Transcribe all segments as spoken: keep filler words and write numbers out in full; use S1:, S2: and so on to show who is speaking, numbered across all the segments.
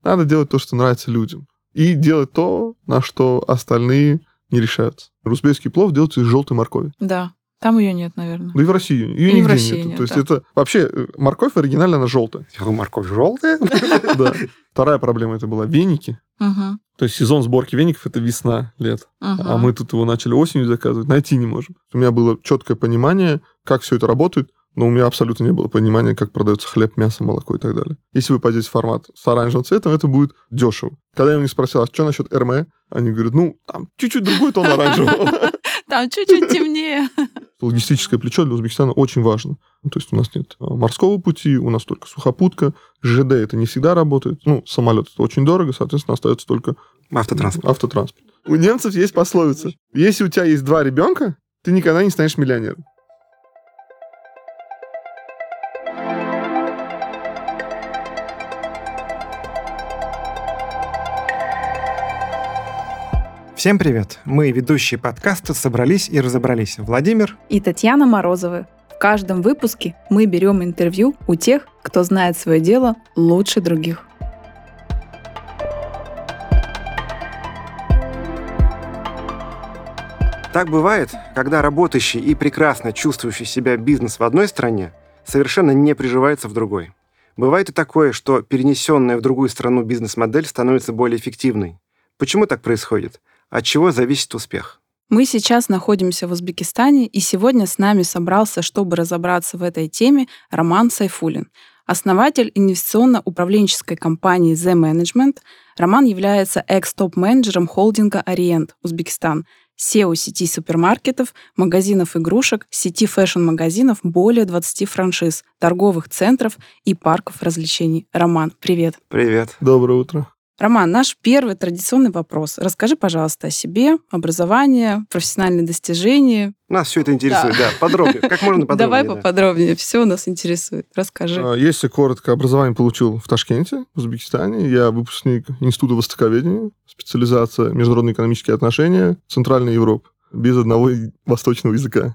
S1: Надо делать то, что нравится людям. И делать то, на что остальные не решаются. Узбекский плов делается из желтой моркови.
S2: Да. Там ее нет, наверное.
S1: Да и в России. Ее
S2: и
S1: нигде
S2: в России
S1: нет.
S2: нет.
S1: То есть
S2: да.
S1: это вообще морковь оригинально, она желтая.
S3: Морковь желтая?
S1: Да. Вторая проблема это была веники.
S2: Угу.
S1: То есть сезон сборки веников это весна, лето.
S2: Угу.
S1: А мы тут его начали осенью заказывать, найти не можем. У меня было четкое понимание, как все это работает, но у меня абсолютно не было понимания, как продается хлеб, мясо, молоко и так далее. Если вы пойдете в формат с оранжевым цветом, это будет дешево. Когда я у них спросил, а что насчет РМ, они говорят, ну, там чуть-чуть другой тон оранжевого.
S2: Там чуть-чуть темнее.
S1: Логистическое плечо для Узбекистана очень важно. То есть у нас нет морского пути, у нас только сухопутка. ЖД это не всегда работает. Ну, самолет это очень дорого, соответственно, остается только
S3: автотранспорт.
S1: автотранспорт. У немцев есть пословица. Если у тебя есть два ребенка, ты никогда не станешь миллионером.
S3: Всем привет! Мы, ведущие подкаста, собрались и разобрались. Владимир
S2: и Татьяна Морозовы. В каждом выпуске мы берем интервью у тех, кто знает свое дело лучше других.
S3: Так бывает, когда работающий и прекрасно чувствующий себя бизнес в одной стране совершенно не приживается в другой. Бывает и такое, что перенесенная в другую страну бизнес-модель становится более эффективной. Почему так происходит? От чего зависит успех?
S2: Мы сейчас находимся в Узбекистане, и сегодня с нами собрался, чтобы разобраться в этой теме, Роман Сайфуллин, основатель инвестиционно-управленческой компании The Management. Роман является экс-топ-менеджером холдинга «Ориент» Узбекистан, си и о сети супермаркетов, магазинов игрушек, сети фэшн-магазинов, более двадцати франшиз, торговых центров и парков развлечений. Роман, привет.
S3: Привет.
S1: Доброе утро.
S2: Роман, наш первый традиционный вопрос. Расскажи, пожалуйста, о себе, образование, профессиональные достижения.
S3: Нас все это интересует, да, да подробнее. Как можно подробнее?
S2: Давай
S3: да.
S2: поподробнее. Все нас интересует. Расскажи.
S1: Если коротко, образование получил в Ташкенте, в Узбекистане. Я выпускник Института востоковедения, специализация международные экономические отношения, Центральная Европа. Без одного восточного языка.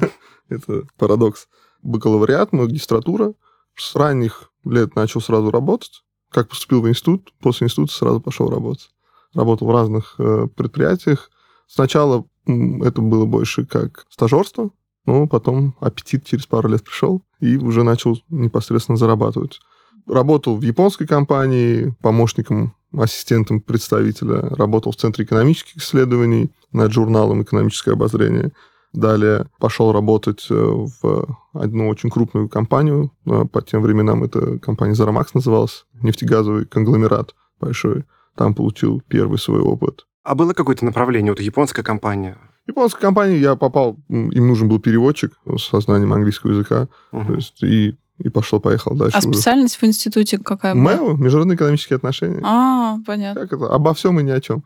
S1: Это парадокс. Бакалавриат, магистратура. С ранних лет начал сразу работать. Как поступил в институт, после института сразу пошел работать. Работал в разных э, предприятиях. Сначала м, это было больше как стажерство, но потом аппетит через пару лет пришел и уже начал непосредственно зарабатывать. Работал в японской компании, помощником, ассистентом представителя. Работал в Центре экономических исследований над журналом «Экономическое обозрение». Далее пошел работать в одну очень крупную компанию. По тем временам эта компания Zeramax называлась. Нефтегазовый конгломерат большой. Там получил первый свой опыт.
S3: А было какое-то направление? Вот японская компания?
S1: Японская компания, я попал, им нужен был переводчик со знанием английского языка.
S3: Угу.
S1: То есть и, и пошел-поехал дальше.
S2: А специальность в институте какая была?
S1: МЭО, международные экономические отношения.
S2: А, понятно.
S1: Как это? Обо всем и ни о чем.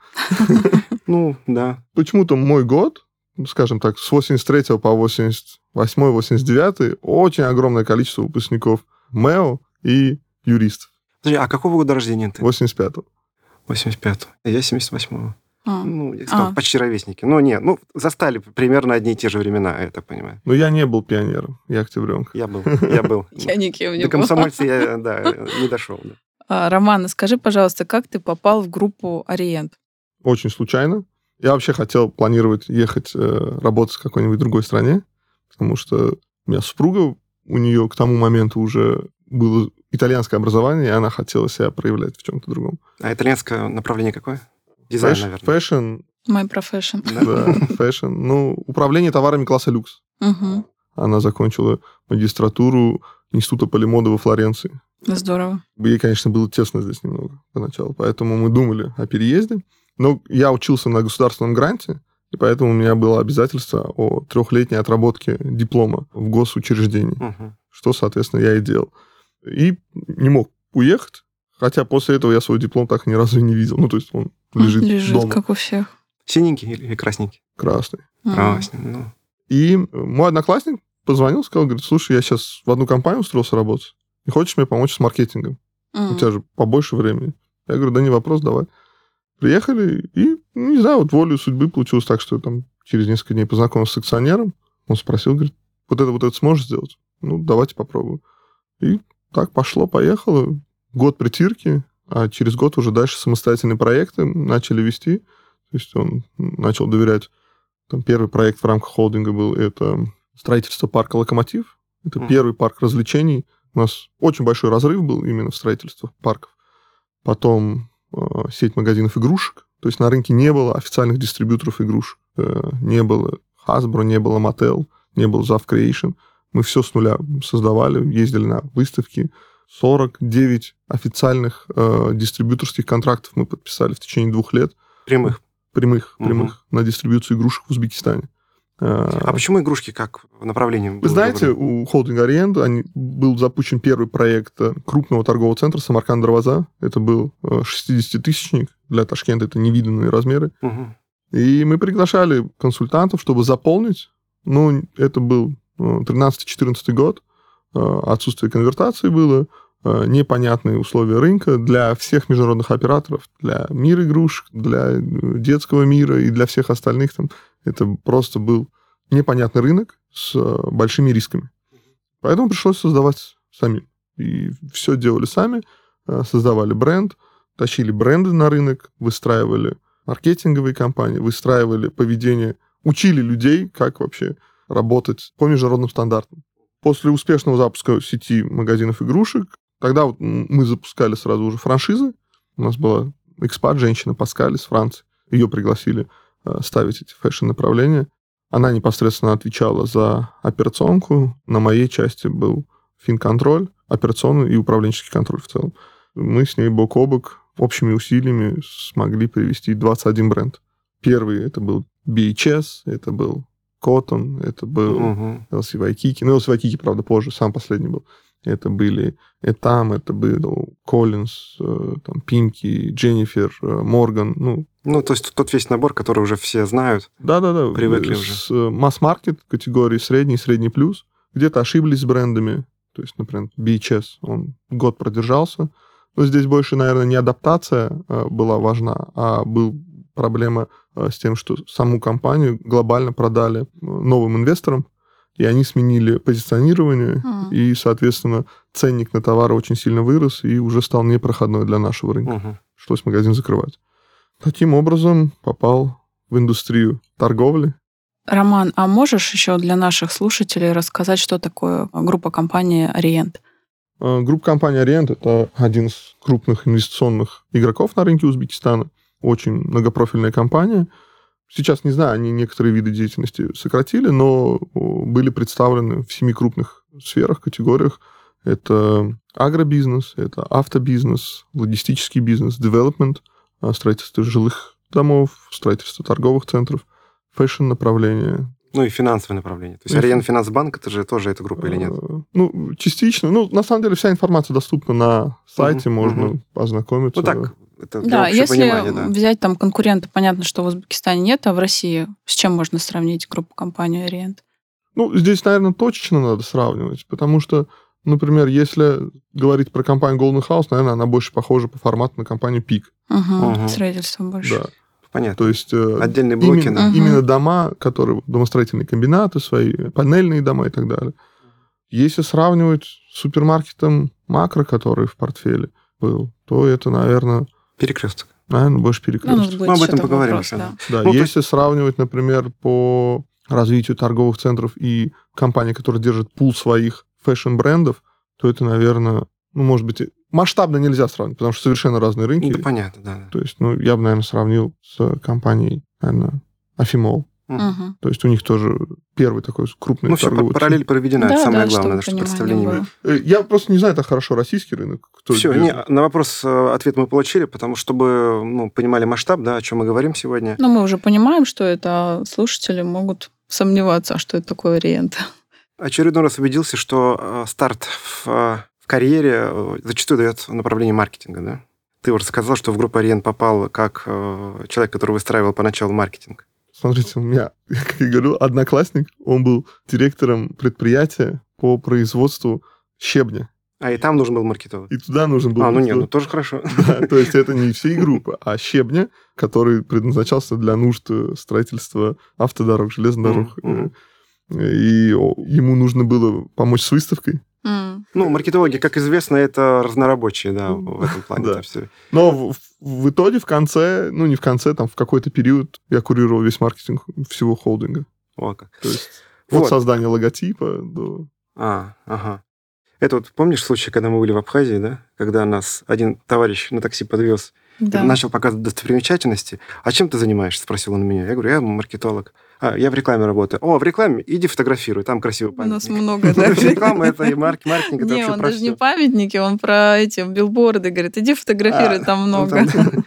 S3: Ну, да.
S1: Почему-то мой год, скажем так, с восемьдесят третьего по восемьдесят восьмой восемьдесят девятый очень огромное количество выпускников МЭО и юристов.
S3: Подожди, а какого года рождения ты?
S1: восемьдесят пятого.
S3: восемьдесят пятого. Я семьдесят восьмого.
S2: А.
S3: Ну, я сказал,
S2: А.
S3: почти ровесники. Но нет, ну, застали примерно одни и те же времена, я так понимаю.
S1: Но я не был пионером, я октябренка.
S3: Я был, я был.
S2: Я никем не
S3: До
S2: была.
S3: комсомольца я, да, не дошел. Да.
S2: А, Роман, скажи, пожалуйста, как ты попал в группу «Ориент»?
S1: Очень случайно. Я вообще хотел планировать ехать э, работать в какой-нибудь другой стране, потому что у меня супруга, у нее к тому моменту уже было итальянское образование, и она хотела себя проявлять в чем-то другом.
S3: А итальянское направление какое? Дизайн,
S1: Фэш,
S3: наверное.
S1: Фэшн.
S2: My profession.
S1: Да, фэшн. Ну, управление товарами класса люкс.
S2: Угу.
S1: Она закончила магистратуру Института Полимода во Флоренции.
S2: Здорово.
S1: Ей, конечно, было тесно здесь немного поначалу, поэтому мы думали о переезде. Но я учился на государственном гранте, и поэтому у меня было обязательство о трехлетней отработке диплома в госучреждении,
S3: Угу.
S1: что, соответственно, я и делал. И не мог уехать, хотя после этого я свой диплом так ни разу и не видел. Ну, то есть он лежит,
S2: Лежит,
S1: дома.
S2: как у всех.
S3: Синенький или красненький?
S1: Красный.
S2: М.
S3: Красный, ну.
S1: И мой одноклассник позвонил, сказал, говорит, слушай, я сейчас в одну компанию устроился работать. Не хочешь мне помочь с маркетингом?
S2: М.
S1: У тебя же побольше времени. Я говорю, да не вопрос, давай. Приехали, и, ну, не знаю, вот волю судьбы получилось так, что я там через несколько дней познакомился с акционером. Он спросил, говорит, вот это вот это сможешь сделать? Ну, давайте попробуем. И так пошло, поехало. Год притирки, а через год уже дальше самостоятельные проекты начали вести. То есть он начал доверять. Там первый проект в рамках холдинга был, это строительство парка «Локомотив». Это mm. первый парк развлечений. У нас очень большой разрыв был именно в строительстве парков. Потом э, сеть магазинов игрушек. То есть на рынке не было официальных дистрибьюторов игрушек. Э, не было Hasbro, не было Mattel, не было Zav Creation. Мы все с нуля создавали, ездили на выставки. сорок девять официальных э, дистрибьюторских контрактов мы подписали в течение двух лет.
S3: Прямых?
S1: Прямых, угу. прямых на дистрибьюцию игрушек в Узбекистане.
S3: А почему игрушки как направление?
S1: Вы знаете, выбрано? У холдинга Ориент был запущен первый проект крупного торгового центра Самарканд Дарваза. Это был шестидесятитысячник. Для Ташкента это невиданные размеры. Угу. И мы приглашали консультантов, чтобы заполнить. Ну, это был тринадцатый-четырнадцатый год. Отсутствие конвертации было. Непонятные условия рынка для всех международных операторов, для мира игрушек, для детского мира и для всех остальных. Там, это просто был непонятный рынок с большими рисками. Поэтому пришлось создавать самим. И все делали сами, создавали бренд, тащили бренды на рынок, выстраивали маркетинговые кампании, выстраивали поведение, учили людей, как вообще работать по международным стандартам. После успешного запуска сети магазинов игрушек, тогда вот мы запускали сразу уже франшизы. У нас была экспат, женщина Паскаль из Франции. Ее пригласили ставить эти фэшн-направления. Она непосредственно отвечала за операционку. На моей части был финконтроль, операционный и управленческий контроль в целом. Мы с ней бок о бок общими усилиями смогли привести двадцать один бренд. Первый это был би эйч эс, это был Cotton, это был uh-huh. эл си Waikiki. Ну, эл си Waikiki, правда, позже, сам последний был. Это были Этам, это был Коллинз, там, Пимки, Дженнифер, Морган. Ну,
S3: ну, то есть тот весь набор, который уже все знают.
S1: Да-да-да.
S3: Привыкли
S1: с,
S3: уже.
S1: С масс-маркет категории средний, средний плюс. Где-то ошиблись с брендами. То есть, например, би эйч эс, он год продержался. Но здесь больше, наверное, не адаптация была важна, а был проблема с тем, что саму компанию глобально продали новым инвесторам, и они сменили позиционирование, uh-huh. и, соответственно, ценник на товары очень сильно вырос и уже стал непроходной для нашего рынка. Uh-huh. Пришлось магазин закрывать. Таким образом попал в индустрию торговли.
S2: Роман, а можешь еще для наших слушателей рассказать, что такое группа компании «Ориент»?
S1: Группа компании «Ориент» — это один из крупных инвестиционных игроков на рынке Узбекистана. Очень многопрофильная компания. Сейчас, не знаю, они некоторые виды деятельности сократили, но были представлены в семи крупных сферах, категориях. Это агробизнес, это автобизнес, логистический бизнес, девелопмент, строительство жилых домов, строительство торговых центров, фэшн-направление.
S3: Ну и финансовое направление. То есть Ориент Финансбанк, это же тоже эта группа или нет?
S1: Ну, частично. Ну, на самом деле, вся информация доступна на сайте, uh-huh, можно uh-huh. познакомиться.
S3: Ну так, это для
S2: да, если
S3: понимания, да.
S2: взять там конкурента, понятно, что в Узбекистане нет, а в России с чем можно сравнить группу компании «Ориент»?
S1: Ну, здесь, наверное, точечно надо сравнивать, потому что, например, если говорить про компанию Golden House, наверное, она больше похожа по формату на компанию пик.
S2: Угу, uh-huh. Строительство больше.
S1: Да.
S3: Понятно.
S1: То есть
S3: отдельные блоки,
S1: именно,
S3: да.
S1: uh-huh. именно дома, которые домостроительные комбинаты свои, панельные дома и так далее. Если сравнивать с супермаркетом Макро, который в портфеле был, то это, наверное...
S3: Перекресток.
S1: Наверное, больше перекресток.
S3: Ну, Мы об этом поговорим.
S2: Вопрос, да.
S1: Да,
S3: ну,
S1: если
S3: есть...
S1: сравнивать, например, по развитию торговых центров и компаний, которые держат пул своих фэшн-брендов, то это, наверное, ну, может быть, масштабно нельзя сравнить, потому что совершенно разные рынки.
S3: Да, понятно, да.
S1: То есть, ну, я бы, наверное, сравнил с компанией, наверное, Афимол.
S2: Угу.
S1: То есть у них тоже первый такой крупный
S3: ну,
S1: торговый...
S3: Ну, все, параллель проведена,
S2: да,
S3: это самое
S2: да,
S3: главное, что представление было.
S1: Я просто не знаю, это хорошо российский рынок. Кто
S3: все, не, на вопрос ответ мы получили, потому что, чтобы ну, понимали масштаб, да, о чем мы говорим сегодня.
S2: Но мы уже понимаем, что это, слушатели могут сомневаться, что это такое «Ориент».
S3: Очередной раз убедился, что старт в, в карьере зачастую дает направление маркетинга, да? Ты уже сказал, что в группу «Ориент» попал как человек, который выстраивал поначалу маркетинг.
S1: Смотрите, у меня, как я говорил, одноклассник, он был директором предприятия по производству щебня.
S3: А и там нужен был маркетолог?
S1: И туда нужен был
S3: А, ну
S1: маркетолог.
S3: нет, ну тоже хорошо.
S1: Да, то есть это не всей группы, а щебня, который предназначался для нужд строительства автодорог, железных дорог. Mm-hmm. И ему нужно было помочь с выставкой.
S2: Mm.
S3: Ну, маркетологи, как известно, это разнорабочие, да, в этом плане.
S1: Да. Но в, в итоге в конце, ну, не в конце, там, в какой-то период я курировал весь маркетинг всего холдинга.
S3: О, как.
S1: То есть
S3: Вот.
S1: от создания логотипа до...
S3: А, ага. Это вот помнишь случай, когда мы были в Абхазии, да? Когда нас один товарищ на такси подвез,
S2: Да.
S3: начал показывать достопримечательности. А чем ты занимаешься? Спросил он меня. Я говорю, я маркетолог. А, я в рекламе работаю. О, в рекламе? Иди фотографируй, там красивый
S2: У нас
S3: памятник.
S2: много, да.
S3: Реклама, это и марк- маркетинг, это
S2: Не,
S3: вообще
S2: он
S3: про
S2: даже не
S3: всё.
S2: памятники, он про эти билборды. Говорит, иди фотографируй,
S3: А,
S2: там
S3: ну,
S2: много.
S3: там-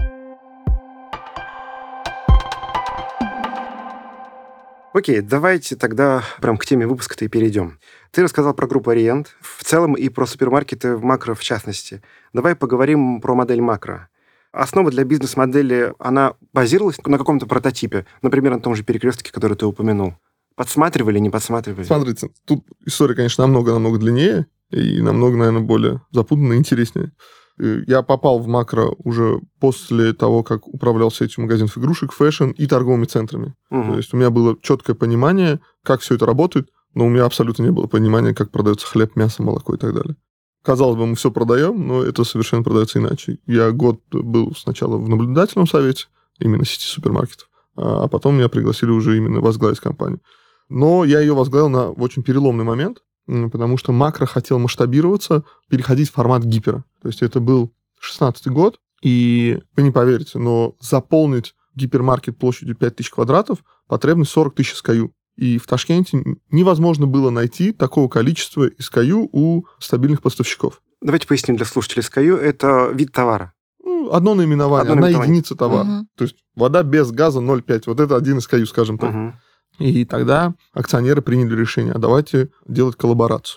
S3: Окей, давайте тогда прям к теме выпуска-то и перейдем. Ты рассказал про группу Ориент в целом и про супермаркеты в макро в частности. Давай поговорим про модель макро. Основа для бизнес-модели, она базировалась на каком-то прототипе, например, на том же перекрестке, который ты упомянул. Подсматривали, не подсматривали?
S1: Смотрите, тут история, конечно, намного-намного длиннее и намного, наверное, более запутанная и интереснее. Я попал в макро уже после того, как управлял сетью магазинов игрушек, фэшн и торговыми центрами.
S3: Угу.
S1: То есть у меня было четкое понимание, как все это работает, но у меня абсолютно не было понимания, как продается хлеб, мясо, молоко и так далее. Казалось бы, мы все продаем, но это совершенно продается иначе. Я год был сначала в наблюдательном совете, именно сети супермаркетов, а потом меня пригласили уже именно возглавить компанию. Но я ее возглавил на очень переломный момент, потому что макро хотел масштабироваться, переходить в формат гипера. То есть это был шестнадцатый год, и вы не поверите, но заполнить гипермаркет площадью пять тысяч квадратов потребность сорок тысяч эс кей ю. И в Ташкенте невозможно было найти такого количества эс кей ю у стабильных поставщиков.
S3: Давайте поясним для слушателей. эс кей ю – это вид товара.
S1: Ну, одно наименование,
S3: Одно
S1: одна
S3: наименование.
S1: единица товара.
S2: Мгм.
S1: То есть вода без газа ноль целых пять. Вот это один эс кей ю, скажем так.
S3: Мгм.
S1: И тогда акционеры приняли решение, а давайте делать коллаборацию.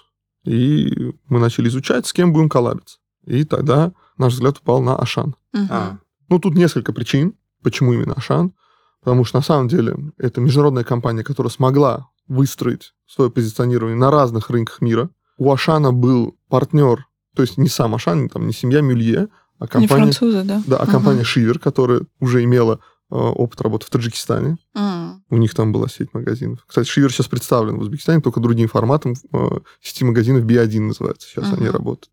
S1: И мы начали изучать, с кем будем коллабиться. И тогда наш взгляд упал на Ашан.
S2: Мгм.
S3: А,
S1: Ну, тут несколько причин, почему именно Ашан. Потому что, на самом деле, это международная компания, которая смогла выстроить свое позиционирование на разных рынках мира. У Ашана был партнер, то есть не сам Ашан, там, не семья Мюлье, а
S2: Не
S1: компания,
S2: французы, да?
S1: да, а
S2: Мгм.
S1: компания Шивер, которая уже имела э, опыт работы в Таджикистане.
S2: М.
S1: У них там была сеть магазинов. Кстати, Шивер сейчас представлен в Узбекистане только другим форматом. э, Сети магазинов би один называется. Сейчас
S2: Мгм.
S1: они работают.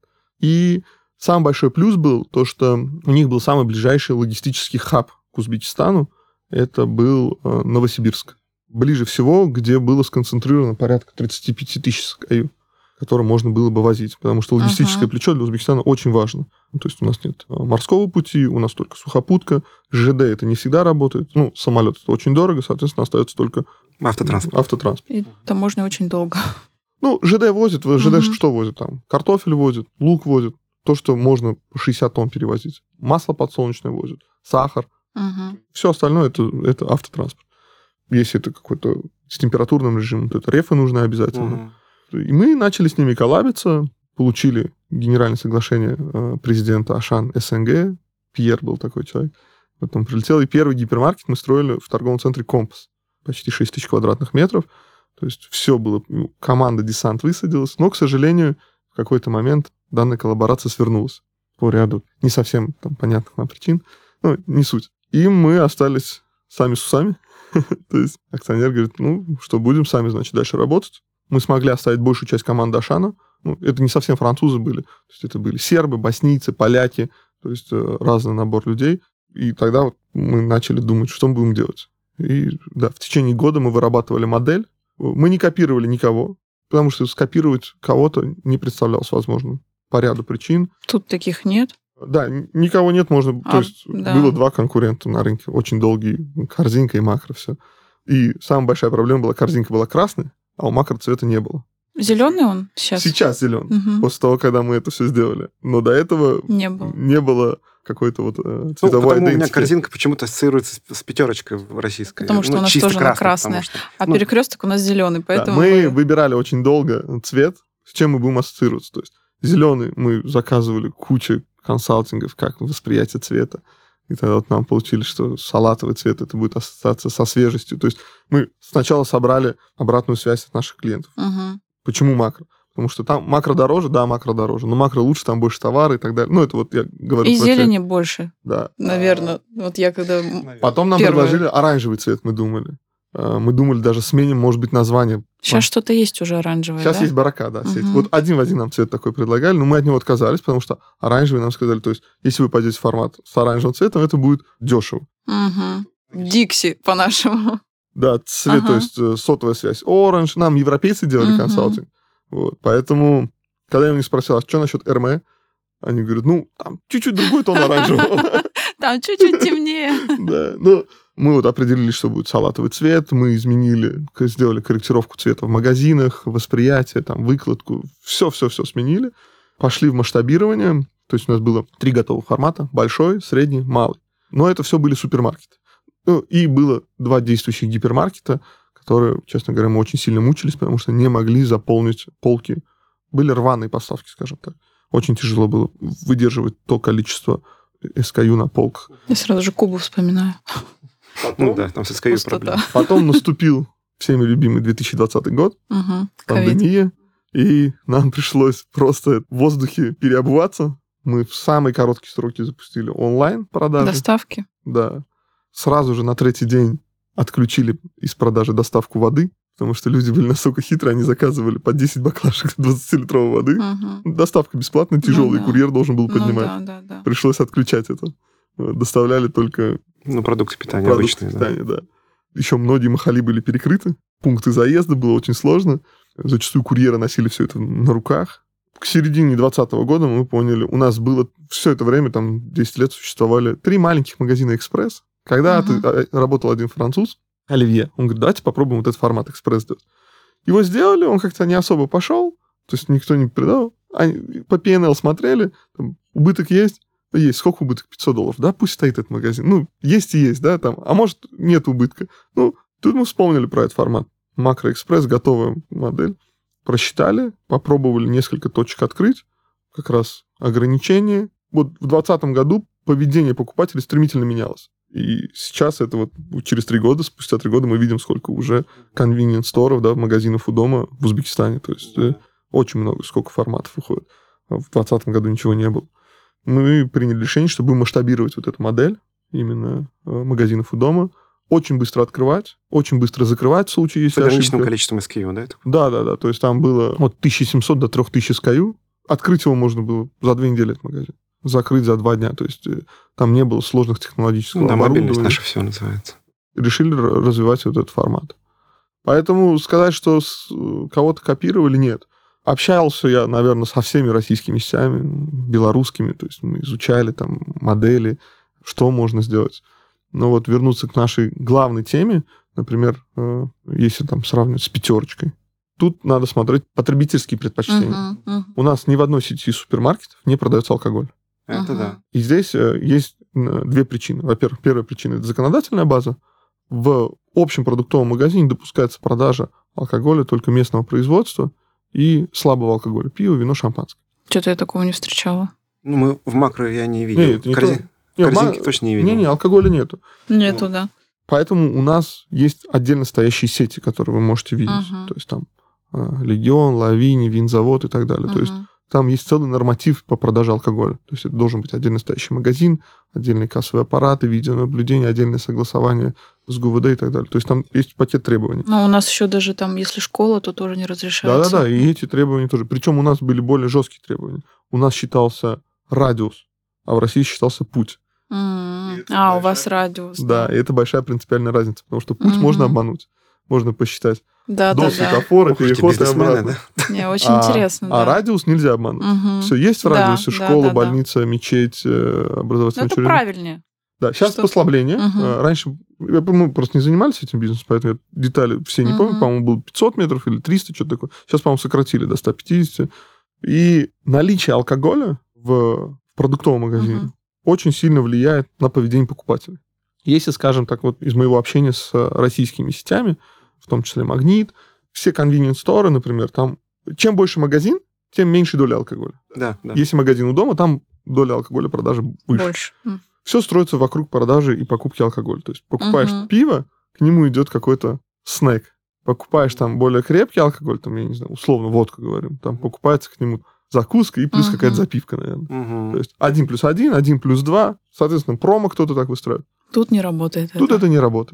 S1: И самый большой плюс был то, что у них был самый ближайший логистический хаб к Узбекистану. Это был э, Новосибирск. Ближе всего, где было сконцентрировано порядка тридцать пять тысяч эс кей ю, которые можно было бы возить. Потому что логистическое
S2: Ага.
S1: плечо для Узбекистана очень важно. Ну, то есть у нас нет э, морского пути, у нас только сухопутка. ЖД это не всегда работает. Ну, самолет это очень дорого, соответственно, остается только
S3: автотранспорт.
S1: автотранспорт.
S2: И таможня очень долго.
S1: Ну, ЖД возит. ЖД
S2: Мгм.
S1: что возит там? Картофель возит, лук возит. То, что можно шестьдесят тонн перевозить. Масло подсолнечное возит, сахар.
S2: Мгм.
S1: Все остальное это, это автотранспорт. Если это какой-то с температурным режимом, то это рефы нужны обязательно.
S3: Мгм.
S1: И мы начали с ними коллабиться, получили генеральное соглашение э, президента Ашан СНГ. Пьер был такой человек. Потом прилетел, и первый гипермаркет мы строили в торговом центре «Компас». Почти шесть тысяч квадратных метров. То есть все было, ну, команда «Десант» высадилась. Но, к сожалению, в какой-то момент данная коллаборация свернулась по ряду не совсем там, понятных нам причин. Ну, не суть. И мы остались сами с усами. То есть акционер говорит, ну, что будем сами, значит, дальше работать. Мы смогли оставить большую часть команды Ашана. Ну, это не совсем французы были. То есть это были сербы, боснийцы, поляки. То есть э, разный набор людей. И тогда вот мы начали думать, что мы будем делать. И да, в течение года мы вырабатывали модель. Мы не копировали никого, потому что скопировать кого-то не представлялось возможным по ряду причин.
S2: Тут таких нет.
S1: Да, н- никого нет, можно...
S2: А,
S1: то есть
S2: да.
S1: было два конкурента на рынке, очень долгий, корзинка и макро, все. И самая большая проблема была, корзинка была красной, а у макро цвета не было.
S2: Зеленый он сейчас?
S1: Сейчас зеленый,
S2: Мгм.
S1: после того, когда мы это все сделали. Но до этого
S2: Не было.
S1: не было какой-то вот э,
S3: Ну,
S1: цветовой
S3: потому у меня
S1: идентики.
S3: корзинка почему-то ассоциируется с, с пятерочкой российской.
S2: Потому что
S3: Ну,
S2: у нас
S3: чисто
S2: тоже она
S3: красной, потому
S2: красная.
S3: что-
S2: А
S3: ну,
S2: перекресток у нас зеленый,
S1: Да,
S2: поэтому
S1: мы
S2: мы-
S1: выбирали очень долго цвет, с чем мы будем ассоциироваться. То есть зеленый мы заказывали кучу консалтингов, как восприятие цвета. И тогда вот нам получили, что салатовый цвет это будет ассоциация со свежестью. То есть мы сначала собрали обратную связь от наших клиентов.
S2: Мгм.
S1: Почему макро? Потому что там макро дороже, да, макро дороже, но макро лучше, там больше товара и так далее. Ну, это вот я говорю
S2: И
S1: про цвет.
S2: зелени больше,
S1: Да.
S2: наверное. Вот я когда...
S1: Потом нам
S2: Первое.
S1: предложили оранжевый цвет, мы думали. Мы думали, даже сменим, может быть, название.
S2: Сейчас что-то есть уже оранжевое,
S1: Сейчас
S2: да?
S1: есть барака, да, сеть.
S2: Угу.
S1: Вот один в один нам цвет такой предлагали, но мы от него отказались, потому что оранжевый нам сказали, то есть если вы пойдете в формат с оранжевым цветом, это будет дешево.
S2: Угу. Дикси по-нашему.
S1: Да, цвет, ага. То есть сотовая связь. Оранж, нам европейцы делали угу. консалтинг. Вот, поэтому, когда я у них спросил, а что насчет эр эм и, они говорят, ну, там чуть-чуть другой тон оранжевого.
S2: Там чуть-чуть темнее.
S1: Да, ну... Мы вот определили, что будет салатовый цвет, мы изменили, сделали корректировку цвета в магазинах, восприятие, там, выкладку, все-все-все сменили. Пошли в масштабирование, то есть у нас было три готовых формата, большой, средний, малый. Но это все были супермаркеты. Ну, и было два действующих гипермаркета, которые, честно говоря, мы очень сильно мучились, потому что не могли заполнить полки. Были рваные поставки, скажем так. Очень тяжело было выдерживать то количество эс кей ю на полках.
S2: Я сразу же Кубу вспоминаю.
S3: Потом, ну да, там с эс кей ю проблема.
S1: Потом наступил всеми любимый две тысячи двадцатый год,
S2: угу,
S1: пандемия, и нам пришлось просто в воздухе переобуваться. Мы в самые короткие сроки запустили онлайн-продажи.
S2: Доставки?
S1: Да. Сразу же на третий день отключили из продажи доставку воды, потому что люди были настолько хитрые, они заказывали по десять баклажек двадцатилитровой воды. Угу. Доставка бесплатная, тяжелый, ну, да. Курьер должен был поднимать.
S2: Ну, да, да, да.
S1: Пришлось отключать это. Доставляли только...
S3: Ну, продукты питания
S1: продукты
S3: обычные.
S1: питания, да. да. Еще многие махали были перекрыты. Пункты заезда было очень сложно. Зачастую курьеры носили все это на руках. К середине двадцатого года мы поняли, у нас было все это время, там десять лет существовали три маленьких магазина «Экспресс». Когда uh-huh. работал один француз, Оливье, он говорит, давайте попробуем вот этот формат «Экспресс» сделать. Его сделали, он как-то не особо пошел, то есть никто не придал. Они по пи эн эл смотрели, там, убыток есть. Есть. Сколько убыток? пятьсот долларов. Да, пусть стоит этот магазин. Ну, есть и есть, да, там. А может, нет убытка. Ну, тут мы вспомнили про этот формат. Макроэкспресс, готовая модель. Просчитали, попробовали несколько точек открыть. Как раз ограничения. Вот в двадцатом году поведение покупателей стремительно менялось. И сейчас это вот через три года, спустя три года мы видим, сколько уже конвениенс-сторов, да, магазинов у дома в Узбекистане. То есть э, очень много, сколько форматов выходит. В двадцатом году ничего не было. Мы приняли решение, что будем масштабировать вот эту модель именно магазинов у дома, очень быстро открывать, очень быстро закрывать в случае, если ошибка. С ограниченным
S3: количеством эс кей ю, да?
S1: Да, да, да. То есть там было от тысяча семьсот до три тысячи эс кей ю. Открыть его можно было за две недели, этот магазин. Закрыть за два дня. То есть там не было сложных технологических
S3: ну, да,
S1: оборудования.
S3: Мобильность наша все называется.
S1: Решили развивать вот этот формат. Поэтому сказать, что кого-то копировали, нет. Общался я, наверное, со всеми российскими сетями, белорусскими, то есть мы изучали там модели, что можно сделать. Но вот вернуться к нашей главной теме, например, если там сравнивать с пятерочкой, тут надо смотреть потребительские предпочтения. Uh-huh, uh-huh. У нас ни в одной сети супермаркетов не продается алкоголь.
S3: Это uh-huh. да.
S1: И здесь есть две причины. Во-первых, первая причина – это законодательная база. В общем продуктовом магазине допускается продажа алкоголя только местного производства и слабого алкоголя. Пиво, вино, шампанское.
S2: Что-то я такого не встречала.
S3: Ну, мы в макро я не видел.
S1: Нет, не
S3: Корзин...
S1: то...
S3: Корзинки
S1: Нет,
S3: точно не видел.
S1: Не-не, алкоголя нету.
S2: Нету, да.
S1: Поэтому у нас есть отдельно стоящие сети, которые вы можете видеть. Uh-huh. То есть там Легион, Лавини, Винзавод и так далее. Uh-huh. То есть там есть целый норматив по продаже алкоголя. То есть это должен быть отдельно стоящий магазин, отдельные кассовые аппараты, видеонаблюдение, отдельное согласование с ГУВД и так далее. То есть там есть пакет требований.
S2: Но у нас еще даже там, если школа, то тоже не разрешается.
S1: Да-да-да, и эти требования тоже. Причем у нас были более жесткие требования. У нас считался радиус, а в России считался путь.
S2: Mm-hmm. А,
S1: большая...
S2: у вас радиус.
S1: Да,
S2: да,
S1: и это большая принципиальная разница, потому что путь mm-hmm. можно обмануть. Можно посчитать.
S2: Да,
S1: до
S2: да,
S1: светофора,
S3: да.
S1: переход и обратно.
S2: Да? Не, очень
S1: а,
S2: интересно.
S1: А
S2: да.
S1: радиус нельзя обмануть.
S2: Угу.
S1: Все есть в радиусе:
S2: да,
S1: школа,
S2: да, да,
S1: больница, да. мечеть, образовательное
S2: это
S1: учреждение.
S2: правильнее.
S1: Да, сейчас
S2: Что-то...
S1: послабление.
S2: Угу.
S1: Раньше мы просто не занимались этим бизнесом, поэтому я детали все не угу. помню. По-моему, было пятьсот метров или триста, что-то такое. Сейчас, по-моему, сократили до ста пятидесяти. И наличие алкоголя в продуктовом магазине угу. очень сильно влияет на поведение покупателей. Если, скажем так, вот из моего общения с российскими сетями, в том числе «Магнит», все конвениенс-сторы, например, там чем больше магазин, тем меньше доля алкоголя.
S3: Да, да.
S1: Если магазин у дома, там доля алкоголя продажи выше.
S2: Больше.
S1: Все строится вокруг продажи и покупки алкоголя. То есть покупаешь uh-huh. пиво, к нему идет какой-то снэк. Покупаешь там более крепкий алкоголь, там, я не знаю, условно водку говорим, там покупается к нему закуска и плюс uh-huh. какая-то запивка, наверное. Uh-huh. То есть один плюс один, один плюс два, соответственно, промо кто-то так выстраивает.
S2: Тут не работает.
S1: Тут это, это не работает.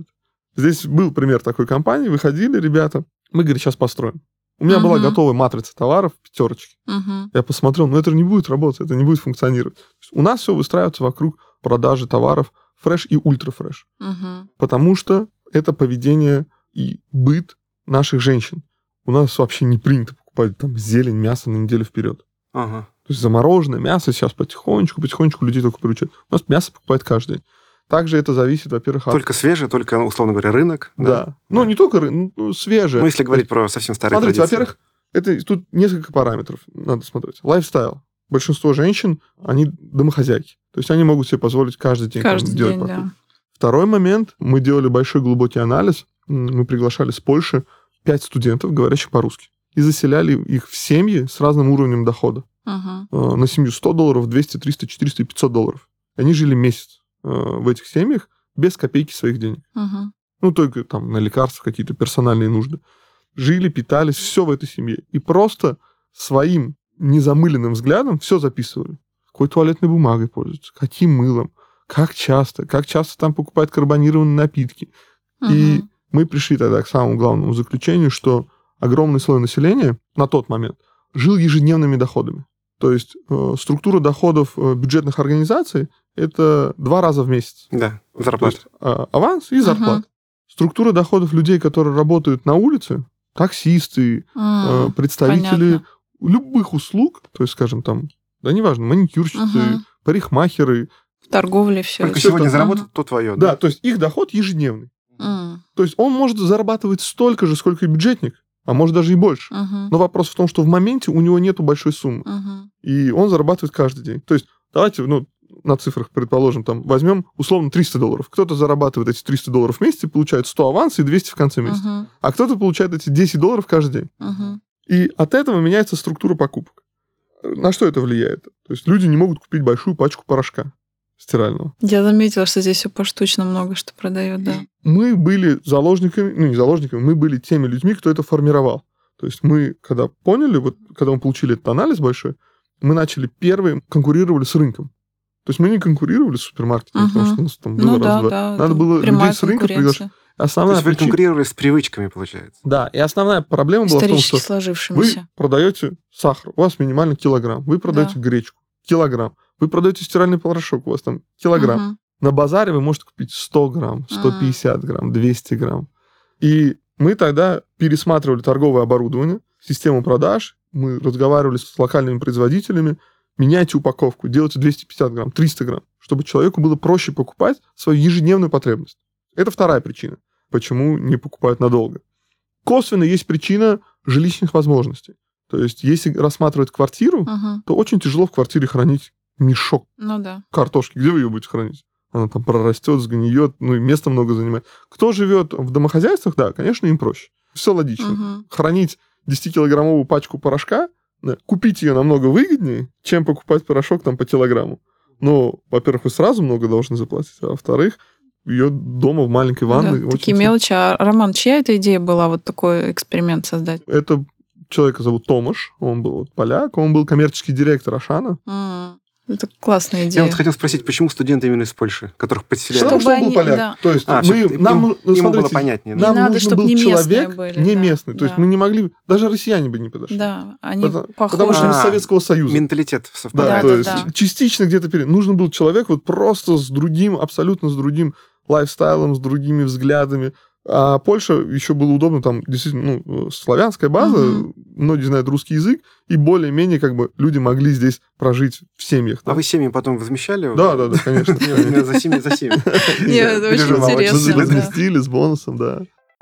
S1: Здесь был пример такой компании. Выходили ребята. Мы, говорит, сейчас построим. У меня uh-huh. была готовая матрица товаров, пятерочки.
S2: Uh-huh.
S1: Я посмотрел, ну это же не будет работать, это не будет функционировать. У нас все выстраивается вокруг продажи товаров фреш и ультрафреш.
S2: Uh-huh.
S1: Потому что это поведение и быт наших женщин. У нас вообще не принято покупать там зелень, мясо на неделю вперед.
S3: Uh-huh.
S1: То есть замороженное мясо сейчас потихонечку, потихонечку людей только приучают. У нас мясо покупают каждый день. Также это зависит, во-первых, от...
S3: Только свежее, только, условно говоря, рынок.
S1: Да.
S3: да?
S1: Ну,
S3: да.
S1: не только рынок, ну, свежее.
S3: Ну, если говорить про совсем старые
S1: Смотрите,
S3: традиции.
S1: во-первых, это, тут несколько параметров надо смотреть. Лайфстайл. Большинство женщин, они домохозяйки. То есть они могут себе позволить каждый день,
S2: каждый
S1: там,
S2: день,
S1: делать покупки.
S2: Да.
S1: Второй момент. Мы делали большой глубокий анализ. Мы приглашали с Польши пять студентов, говорящих по-русски. И заселяли их в семьи с разным уровнем дохода.
S2: Uh-huh.
S1: На семью сто долларов, двести, триста, четыреста и пятьсот долларов. Они жили месяц в этих семьях без копейки своих денег.
S2: Uh-huh.
S1: Ну, только там на лекарства какие-то персональные нужды. Жили, питались, все в этой семье. И просто своим незамыленным взглядом все записывали. Какой туалетной бумагой пользуются, каким мылом, как часто, как часто там покупают карбонированные напитки. Uh-huh. И мы пришли тогда к самому главному заключению, что огромный слой населения на тот момент жил ежедневными доходами. То есть э, структура доходов э, бюджетных организаций – это два раза в месяц.
S3: Да, зарплата.
S1: То есть, э, аванс и зарплата. Uh-huh. Структура доходов людей, которые работают на улице, таксисты, uh-huh. э, представители Понятно. любых услуг, то есть, скажем, там, да неважно, маникюрщицы, uh-huh. парикмахеры.
S2: В торговле все.
S3: Только сегодня это... заработать, uh-huh. то твое.
S1: Да? да, то есть их доход ежедневный.
S2: Uh-huh.
S1: То есть он может зарабатывать столько же, сколько и бюджетник, а может даже и больше.
S2: Uh-huh.
S1: Но вопрос в том, что в моменте у него нету большой суммы.
S2: Uh-huh.
S1: И он зарабатывает каждый день. То есть давайте, ну, на цифрах, предположим, там, возьмем условно триста долларов. Кто-то зарабатывает эти триста долларов в месяц и получает сто аванса и двести в конце месяца.
S2: Uh-huh.
S1: А кто-то получает эти десять долларов каждый день.
S2: Uh-huh.
S1: И от этого меняется структура покупок. На что это влияет? То есть люди не могут купить большую пачку порошка стирального.
S2: Я заметила, что здесь все поштучно много что продают, да.
S1: Мы были заложниками, ну, не заложниками, мы были теми людьми, кто это формировал. То есть мы, когда поняли, вот когда мы получили этот анализ большой, мы начали первые, конкурировали с рынком. То есть мы не конкурировали с супермаркетом, uh-huh. потому что у нас там было
S2: ну,
S1: раз,
S2: да,
S1: два.
S2: Да,
S1: Надо было людей с рынка приглашать. Основная
S3: То есть вы
S1: причина...
S3: конкурировали с привычками, получается.
S1: Да, и основная проблема была в том, что
S2: сложившимися.
S1: Вы продаете сахар, у вас минимально килограмм. Вы продаете да. гречку, килограмм. Вы продаете стиральный порошок, у вас там килограмм. Uh-huh. На базаре вы можете купить сто грамм, сто пятьдесят uh-huh. грамм, двести грамм. И мы тогда пересматривали торговое оборудование, систему продаж, мы разговаривали с локальными производителями, меняйте упаковку, делайте двести пятьдесят грамм, триста грамм, чтобы человеку было проще покупать свою ежедневную потребность. Это вторая причина, почему не покупают надолго. Косвенно есть причина жилищных возможностей. То есть если рассматривать квартиру, uh-huh. то очень тяжело в квартире хранить мешок
S2: ну, да.
S1: картошки. Где вы ее будете хранить? Она там прорастет, сгниет, ну и места много занимает. Кто живет в домохозяйствах, да, конечно, им проще. Все логично. Uh-huh. Хранить десятикилограммовую пачку порошка, да, купить ее намного выгоднее, чем покупать порошок там по килограмму. Но, во-первых, вы сразу много должны заплатить, а во-вторых, ее дома в маленькой ванной.
S2: Да,
S1: очень
S2: такие мелочи. А, Роман, чья эта идея была вот такой эксперимент создать?
S1: Это человека зовут Томаш, он был вот поляк, он был коммерческий директор Ашана.
S2: Mm. Это классная идея.
S3: Я вот хотел спросить, почему студенты именно из Польши, которых подселяли?
S1: Потому что он был поляк. Да. То есть
S3: а,
S1: мы,
S3: им,
S1: нам,
S3: им,
S1: ну,
S3: ему было понятнее.
S1: Нам
S2: не
S1: нужен
S2: надо,
S1: был
S2: не
S1: человек
S2: были,
S1: не
S2: да,
S1: местный. То
S2: да.
S1: есть мы не могли, даже россияне бы не подошли.
S2: Да, они
S1: потому,
S2: похожи.
S1: Потому что они из
S3: а,
S1: Советского Союза.
S3: Менталитет совпадает.
S1: Да,
S2: да,
S1: то
S2: да,
S1: есть
S2: да.
S1: частично где-то перед... Нужен был человек вот просто с другим, абсолютно с другим лайфстайлом, с другими взглядами. А Польша еще было удобно, там действительно ну, славянская база, угу. многие знают русский язык, и более-менее как бы люди могли здесь прожить в семьях.
S3: А вы семьи потом возмещали?
S1: Да, да, да, конечно.
S3: За семьи, за семьи.
S2: Нет, это очень интересно.
S1: Возместили с бонусом, да.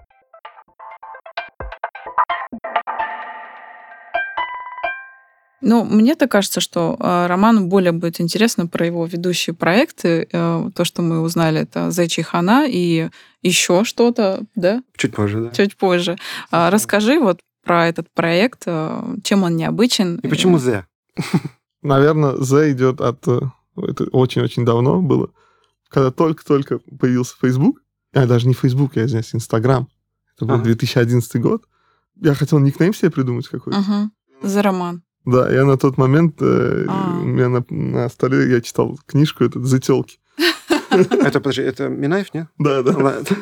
S2: Ну, мне-то кажется, что э, Роману более будет интересно про его ведущие проекты. Э, то, что мы узнали, это «Заячья хана» и еще что-то, да?
S3: Чуть позже, да.
S2: Чуть позже. А, расскажи вот про этот проект, э, чем он необычен.
S3: И почему «Зе»?
S1: Наверное, «Зе» идет от... Это очень-очень давно было, когда только-только появился Facebook. А, даже не Facebook, я извиняюсь, Instagram. Это был ага. две тысячи одиннадцатый год. Я хотел никнейм себе придумать какой-то.
S2: Угу. «Зе Роман».
S1: Да, я на тот момент, э, у меня на, на столе, я читал книжку, это «Зетелки».
S3: Это, подожди, это Минаев, нет?
S1: Да, да.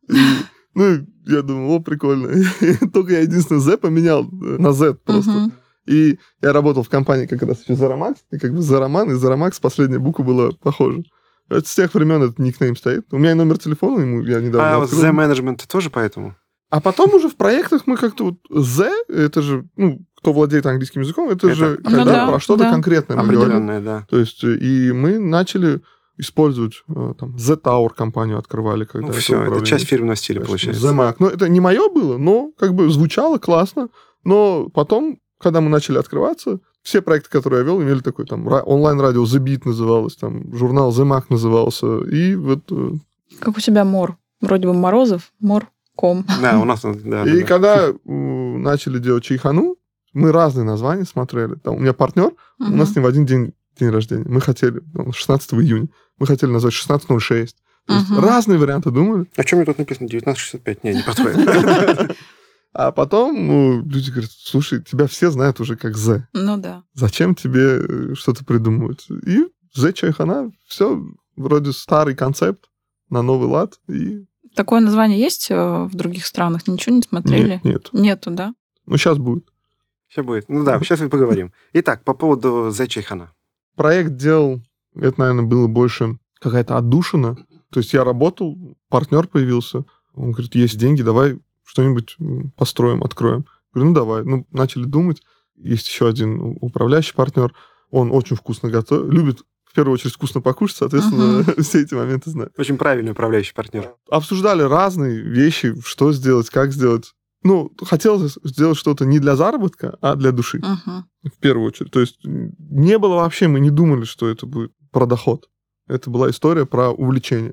S1: Ну, я думал, о, прикольно. Только я единственное Z поменял на Z просто. И я работал в компании как раз еще Zeramax, и как бы Zeraman и Zeramax последняя буква была похожа. Это с тех времен этот никнейм стоит. У меня и номер телефона ему я недавно
S3: А
S1: открыл.
S3: Z-менеджмент тоже поэтому?
S1: А потом уже в проектах мы как-то вот Z, это же, ну, кто владеет английским языком, это, это же
S2: ну,
S1: когда
S2: да,
S1: про что-то
S2: да.
S1: конкретное мы
S3: определенное,
S1: говорим.
S3: да.
S1: То есть и мы начали использовать там Z-Tower компанию открывали, когда
S3: Ну,
S1: это
S3: все, это
S1: управление.
S3: часть фирменного стиля, получается.
S1: Z-Mac. Ну, это не мое было, но как бы звучало классно. Но потом, когда мы начали открываться, все проекты, которые я вел, имели такой там онлайн-радио The Beat называлось, там журнал The-Mac назывался. И вот...
S2: Как у тебя Мор. Вроде бы Морозов, Мор.ком.
S3: Да, у нас... Да,
S1: и
S3: да,
S1: когда да. начали делать Чайхану, мы разные названия смотрели. Там, у меня партнер, угу. у нас с ним в один день день рождения. Мы хотели, шестнадцатого июня, мы хотели назвать шестнадцать ноль шесть. То есть угу. разные варианты думали.
S3: А что мне тут написано? девятнадцать шестьдесят пять? Не, не подходит.
S1: А потом ну, люди говорят, слушай, тебя все знают уже как Z.
S2: Ну да.
S1: Зачем тебе что-то придумывать? И Z Чайхана, все, вроде старый концепт на новый лад. И...
S2: Такое название есть в других странах? Ничего не смотрели?
S1: Нет, нет.
S2: Нету, да?
S1: Ну, сейчас будет.
S3: Сейчас будет. Ну да, сейчас мы поговорим. Итак, по поводу Z Чайхана.
S1: Проект делал, это, наверное, было больше какая-то отдушина. То есть я работал, партнер появился. Он говорит, есть деньги, давай что-нибудь построим, откроем. Говорю, ну давай. Ну, начали думать. Есть еще один управляющий партнер. Он очень вкусно готовит, любит в первую очередь вкусно покушать, соответственно, uh-huh. все эти моменты знает.
S3: Очень правильный управляющий партнер.
S1: Обсуждали разные вещи, что сделать, как сделать. Ну, хотелось сделать что-то не для заработка, а для души.
S2: Uh-huh.
S1: В первую очередь. То есть не было вообще, мы не думали, что это будет про доход. Это была история про увлечение.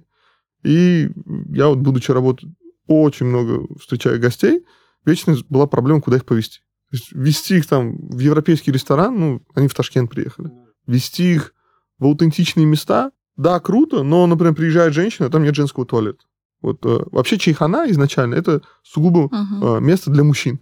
S1: И я вот, будучи работать, очень много встречаю гостей, вечно была проблема, куда их повезти. То есть везти их там в европейский ресторан, ну, они в Ташкент приехали. Везти их в аутентичные места, да, круто, но, например, приезжает женщина, там нет женского туалета. Вот э, вообще Чайхана изначально это сугубо uh-huh. э, место для мужчин.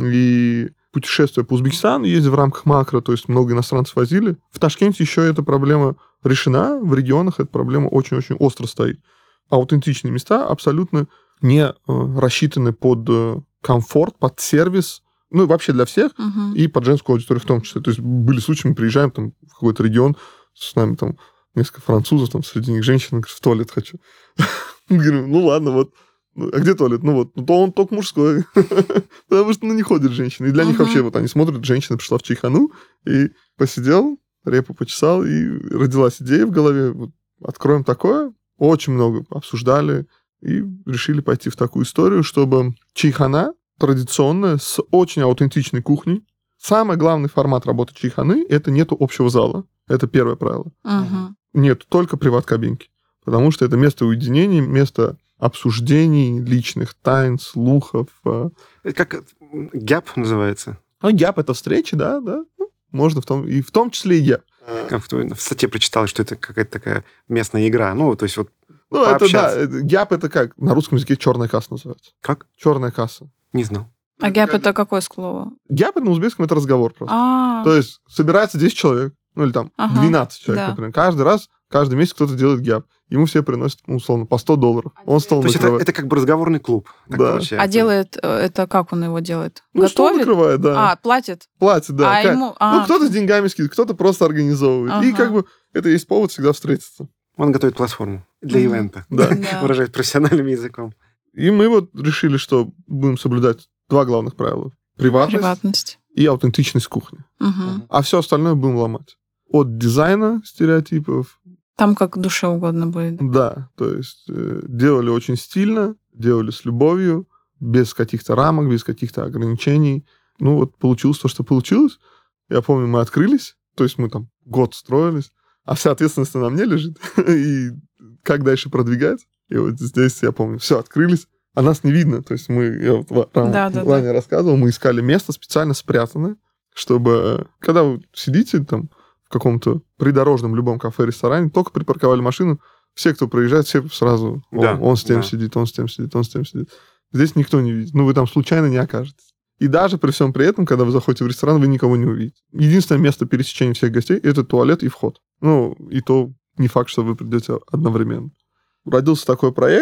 S1: И путешествуя по Узбекистану, ездя в рамках макро, то есть много иностранцев возили. В Ташкенте еще эта проблема решена, в регионах эта проблема очень-очень остро стоит. Аутентичные места абсолютно не э, рассчитаны под э, комфорт, под сервис, ну и вообще для всех,
S2: uh-huh.
S1: и под женскую аудиторию в том числе. То есть были случаи, мы приезжаем там, в какой-то регион, с нами там несколько французов, там среди них женщина, говорит, в туалет хочу. Говорю, ну ладно, вот. А где туалет? Ну вот, ну то он только мужской. Потому что ну, не ходят женщины. И для них вообще вот они смотрят, женщина пришла в Чайхану, и посидел, репу почесал, и родилась идея в голове. Вот, откроем такое. Очень много обсуждали и решили пойти в такую историю, чтобы Чайхана традиционная, с очень аутентичной кухней. Самый главный формат работы Чайханы – это нету общего зала. Это первое правило.
S2: Uh-huh.
S1: Нет, только приват-кабинки. Потому что это место уединения, место обсуждений, личных тайн, слухов.
S3: Это как гэп называется?
S1: Ну, гэп — это встречи, да, да. Ну, можно в том, и в том числе и гэп.
S3: Как в, в статье прочитал, что это какая-то такая местная игра. Ну, то есть вот
S1: Ну, пообщаться. Это да, гэп — это как? На русском языке черная касса называется.
S3: Как?
S1: Черная касса.
S3: Не знал.
S2: А гэп это какое слово?
S1: Гэп на узбекском это разговор просто.
S2: А-а-а.
S1: То есть собирается десять человек, ну или там
S2: ага,
S1: двенадцать человек,
S2: да.
S1: например. Каждый раз, каждый месяц кто-то делает гэп. Ему все приносят, ну, условно, по сто долларов. Он стол
S3: То есть
S1: накрывает.
S3: это, это как бы разговорный клуб. Так
S1: да.
S3: получается.
S2: А делает это как он его делает?
S1: Ну,
S2: Готовит?
S1: Стол накрывает, да.
S2: А, платит?
S1: Платит, да.
S2: А
S1: как...
S2: ему... а.
S1: Ну, кто-то с деньгами скидывает, кто-то просто организовывает.
S2: Ага.
S1: И как бы это есть повод всегда встретиться.
S3: Он готовит платформу для
S2: Мгм.
S3: ивента.
S1: Да.
S2: Да.
S3: Выражать профессиональным языком.
S1: И мы вот решили, что будем соблюдать два главных правила. Приватность,
S2: Приватность.
S1: и аутентичность кухни.
S2: Мгм.
S1: А все остальное будем ломать. От дизайна стереотипов.
S2: Там как душе угодно будет.
S1: Да, то есть э, делали очень стильно, делали с любовью, без каких-то рамок, без каких-то ограничений. Ну вот получилось то, что получилось. Я помню, мы открылись, то есть мы там год строились, а вся ответственность на мне лежит. И как дальше продвигать? И вот здесь, я помню, все, открылись, а нас не видно. То есть мы, я вот Ва- Рам-
S2: Да, да,
S1: Ваня рассказывал, мы искали место специально спрятанное, чтобы, э, когда вы сидите там в каком-то придорожном любом кафе, ресторане, только припарковали машину, все, кто проезжает, все сразу, он,
S3: Да,
S1: он с тем
S3: да.
S1: сидит, он с тем сидит, он с тем сидит. Здесь никто не видит. Ну, вы там случайно не окажетесь. И даже при всем при этом, когда вы заходите в ресторан, вы никого не увидите. Единственное место пересечения всех гостей — это туалет и вход. Ну, и то не факт, что вы придете одновременно. Родился такой проект.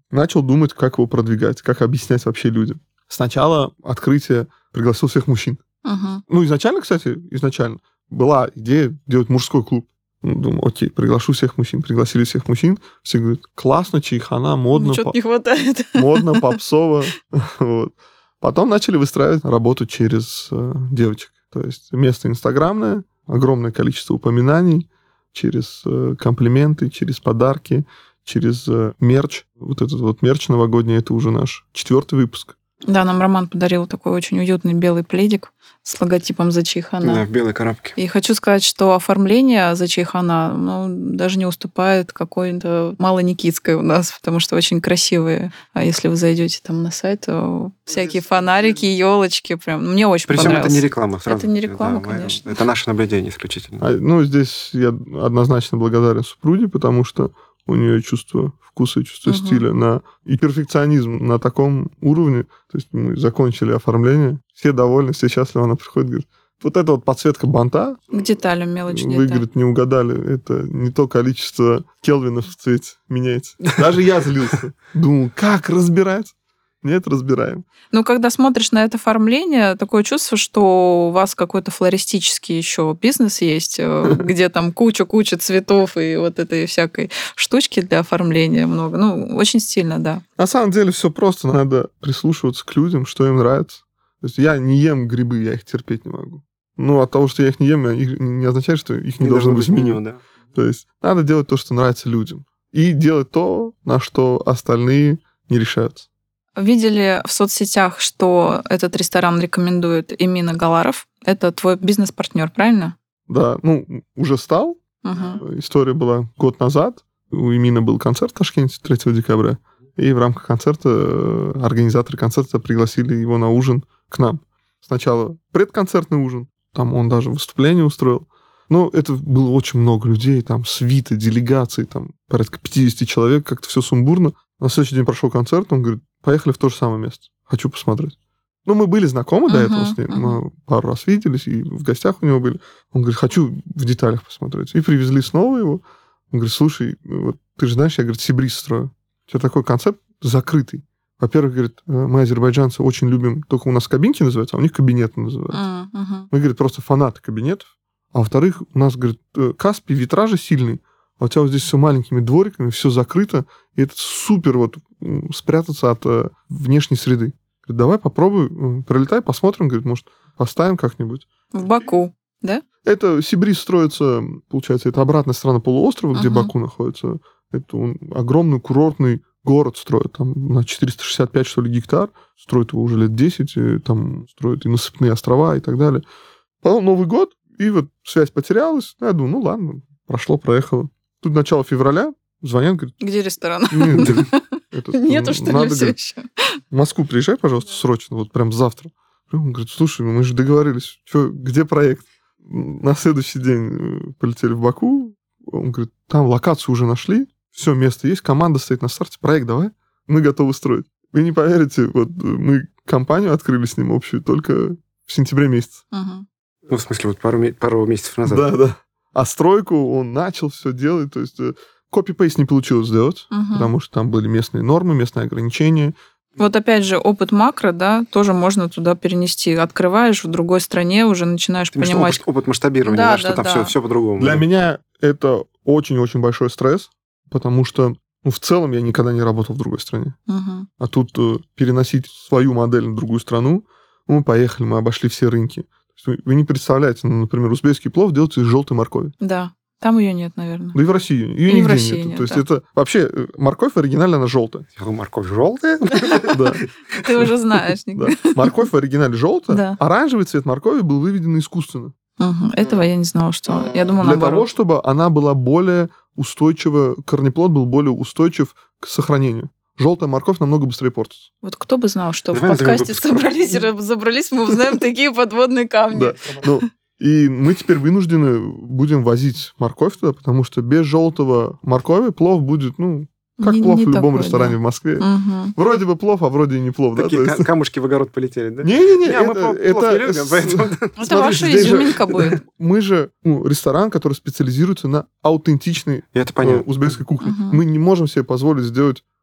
S1: начал думать, как его продвигать, как объяснять вообще людям. Сначала открытие пригласил всех мужчин.
S2: Угу.
S1: Ну, изначально, кстати, изначально была идея делать мужской клуб. Ну, думаю, окей, приглашу всех мужчин. Пригласили всех мужчин. Все говорят, классно, чайхана, модно.
S2: Ну, что-то по... не хватает.
S1: Модно, попсово. Вот. Потом начали выстраивать работу через э, девочек. То есть место инстаграмное, огромное количество упоминаний, через э, комплименты, через подарки, через э, мерч. Вот этот вот мерч новогодний, это уже наш четвертый выпуск.
S2: Да, нам Роман подарил такой очень уютный белый пледик с логотипом «За чайхана».
S3: Да, в белой коробке.
S2: И хочу сказать, что оформление «За чайхана» ну, даже не уступает какой-то Малоникитской у нас, потому что очень красивые. А если вы зайдете там на сайт, то всякие фонарики, елочки, прям мне очень
S3: Причем
S2: понравилось.
S3: это не реклама. Сразу.
S2: Это не реклама,
S3: да,
S2: конечно.
S3: Это наше наблюдение исключительно.
S1: А, ну, здесь я однозначно благодарен супруге, потому что у нее чувство вкуса и чувство
S2: Угу.
S1: стиля на... и перфекционизм на таком уровне. То есть мы закончили оформление, все довольны, все счастливы. Она приходит и говорит, вот эта вот подсветка банта,
S2: К деталям, мелочь
S1: вы,
S2: деталь.
S1: говорит, не угадали, это не то количество кельвинов в цвете меняется. Даже я злился. Думал, как разбирать? Нет, разбираем.
S2: Ну, когда смотришь на это оформление, такое чувство, что у вас какой-то флористический еще бизнес есть, где там куча-куча цветов и вот этой всякой штучки для оформления много. Ну, очень стильно, да.
S1: На самом деле все просто. Надо прислушиваться к людям, что им нравится. То есть я не ем грибы, я их терпеть не могу. Ну, от того, что я их не ем, их не означает, что их не, не должно быть в меню.
S3: Да.
S1: То есть надо делать то, что нравится людям. И делать то, на что остальные не решаются.
S2: Видели в соцсетях, что этот ресторан рекомендует Эмин Агаларов. Это твой бизнес-партнер, правильно?
S1: Да, ну, уже стал.
S2: Угу.
S1: История была год назад. У Эмина был концерт в Ташкенте третьего декабря. И в рамках концерта организаторы концерта пригласили его на ужин к нам. Сначала предконцертный ужин. Там он даже выступление устроил. Но это было очень много людей. Там свиты, делегации, там порядка пятьдесят человек. Как-то все сумбурно. На следующий день прошел концерт. Он говорит, поехали в то же самое место. Хочу посмотреть. Ну, мы были знакомы uh-huh, до этого с ним. Uh-huh. Мы пару раз виделись, и в гостях у него были. Он говорит, хочу в деталях посмотреть. И привезли снова его. Он говорит, слушай, вот ты же знаешь, я, говорит, Сибрис строю. У тебя такой концепт закрытый. Во-первых, говорит, мы, азербайджанцы, очень любим... Только у нас кабинки называются, а у них кабинеты называются.
S2: Uh-huh.
S1: Мы, говорит, просто фанаты кабинетов. А во-вторых, у нас, говорит, Каспий, витражи сильный. А у тебя вот здесь все маленькими двориками, все закрыто. И это супер вот спрятаться от э, внешней среды. Говорит, давай попробуй, пролетай, посмотрим, говорит, может, поставим как-нибудь.
S2: В Баку, да?
S1: Это Сибрис строится, получается, это обратная сторона полуострова, где uh-huh. Баку находится. Это он огромный курортный город строит, там на четыреста шестьдесят пять, что ли, гектар. Строит его уже лет десять, и там строят и насыпные острова и так далее. Потом Новый год, и вот связь потерялась. Я думаю, ну ладно, прошло, проехало. Тут начало февраля, звонят, говорит...
S2: Где ресторан?
S1: Нет, это,
S2: Нету, что
S1: надо,
S2: ли, все
S1: говорит,
S2: еще?
S1: В Москву приезжай, пожалуйста, срочно, вот прям завтра. Он говорит, слушай, мы же договорились, что, где проект? На следующий день полетели в Баку. Он говорит, там локацию уже нашли, все, место есть, команда стоит на старте, проект давай, мы готовы строить. Вы не поверите, вот мы компанию открыли с ним общую только в сентябре месяце.
S2: Угу.
S3: Ну, в смысле, вот пару, пару месяцев назад.
S1: Да, да. А стройку он начал все делать, то есть копи-пейст не получилось сделать,
S2: угу.
S1: потому что там были местные нормы, местные ограничения.
S2: Вот опять же, опыт макро, да, тоже можно туда перенести. Открываешь в другой стране, уже начинаешь
S3: Ты
S2: понимать...
S3: Опыт, опыт масштабирования,
S2: да,
S3: да,
S2: да,
S3: что там
S2: да.
S3: все, все по-другому.
S1: Для
S3: да.
S1: меня это очень-очень большой стресс, потому что ну, в целом я никогда не работал в другой стране.
S2: Угу.
S1: А тут э, переносить свою модель на другую страну, мы поехали, мы обошли все рынки. Вы, вы не представляете, ну, например, узбекский плов делается из желтой моркови.
S2: Да. Там ее нет, наверное.
S1: Да и в России. Ее
S2: и
S1: нигде
S2: в России
S1: нет.
S2: нет.
S1: То есть
S2: да.
S1: это вообще морковь оригинально, она желтая.
S3: Морковь желтая?
S1: Да.
S2: Ты уже знаешь.
S1: Морковь в оригинале желтая.
S2: Да.
S1: Оранжевый цвет моркови был выведен искусственно.
S2: Угу. Этого я не знала, что... Я думала,
S1: Для
S2: наоборот.
S1: того, чтобы она была более устойчива, корнеплод был более устойчив к сохранению. Желтая морковь намного быстрее портится.
S2: Вот кто бы знал, что
S3: Давай
S2: в подкасте
S3: назовем
S2: собрались, забрались, мы узнаем такие подводные камни.
S1: Да. Ну, и мы теперь вынуждены будем возить морковь туда, потому что без желтого моркови плов будет, ну, как
S2: Не-
S1: плов
S2: не
S1: в любом
S2: такой,
S1: ресторане
S2: да.
S1: в Москве.
S2: Мгм.
S1: Вроде бы плов, а вроде и не плов, да?
S3: Такие
S1: То есть-
S3: ка- камушки в огород полетели, да?
S1: Не-не-не,
S3: Не, мы
S1: это,
S3: плов-
S1: это
S3: плов не любим,
S1: с-
S3: поэтому-
S2: Это
S1: Смотрите,
S2: ваша
S1: здесь же-
S2: изюминка будет.
S1: Мы же ну, ресторан, который специализируется на аутентичной
S3: Это
S1: э,
S3: понятно.
S1: узбекской кухне.
S2: Мгм.
S1: Мы не можем себе позволить сделать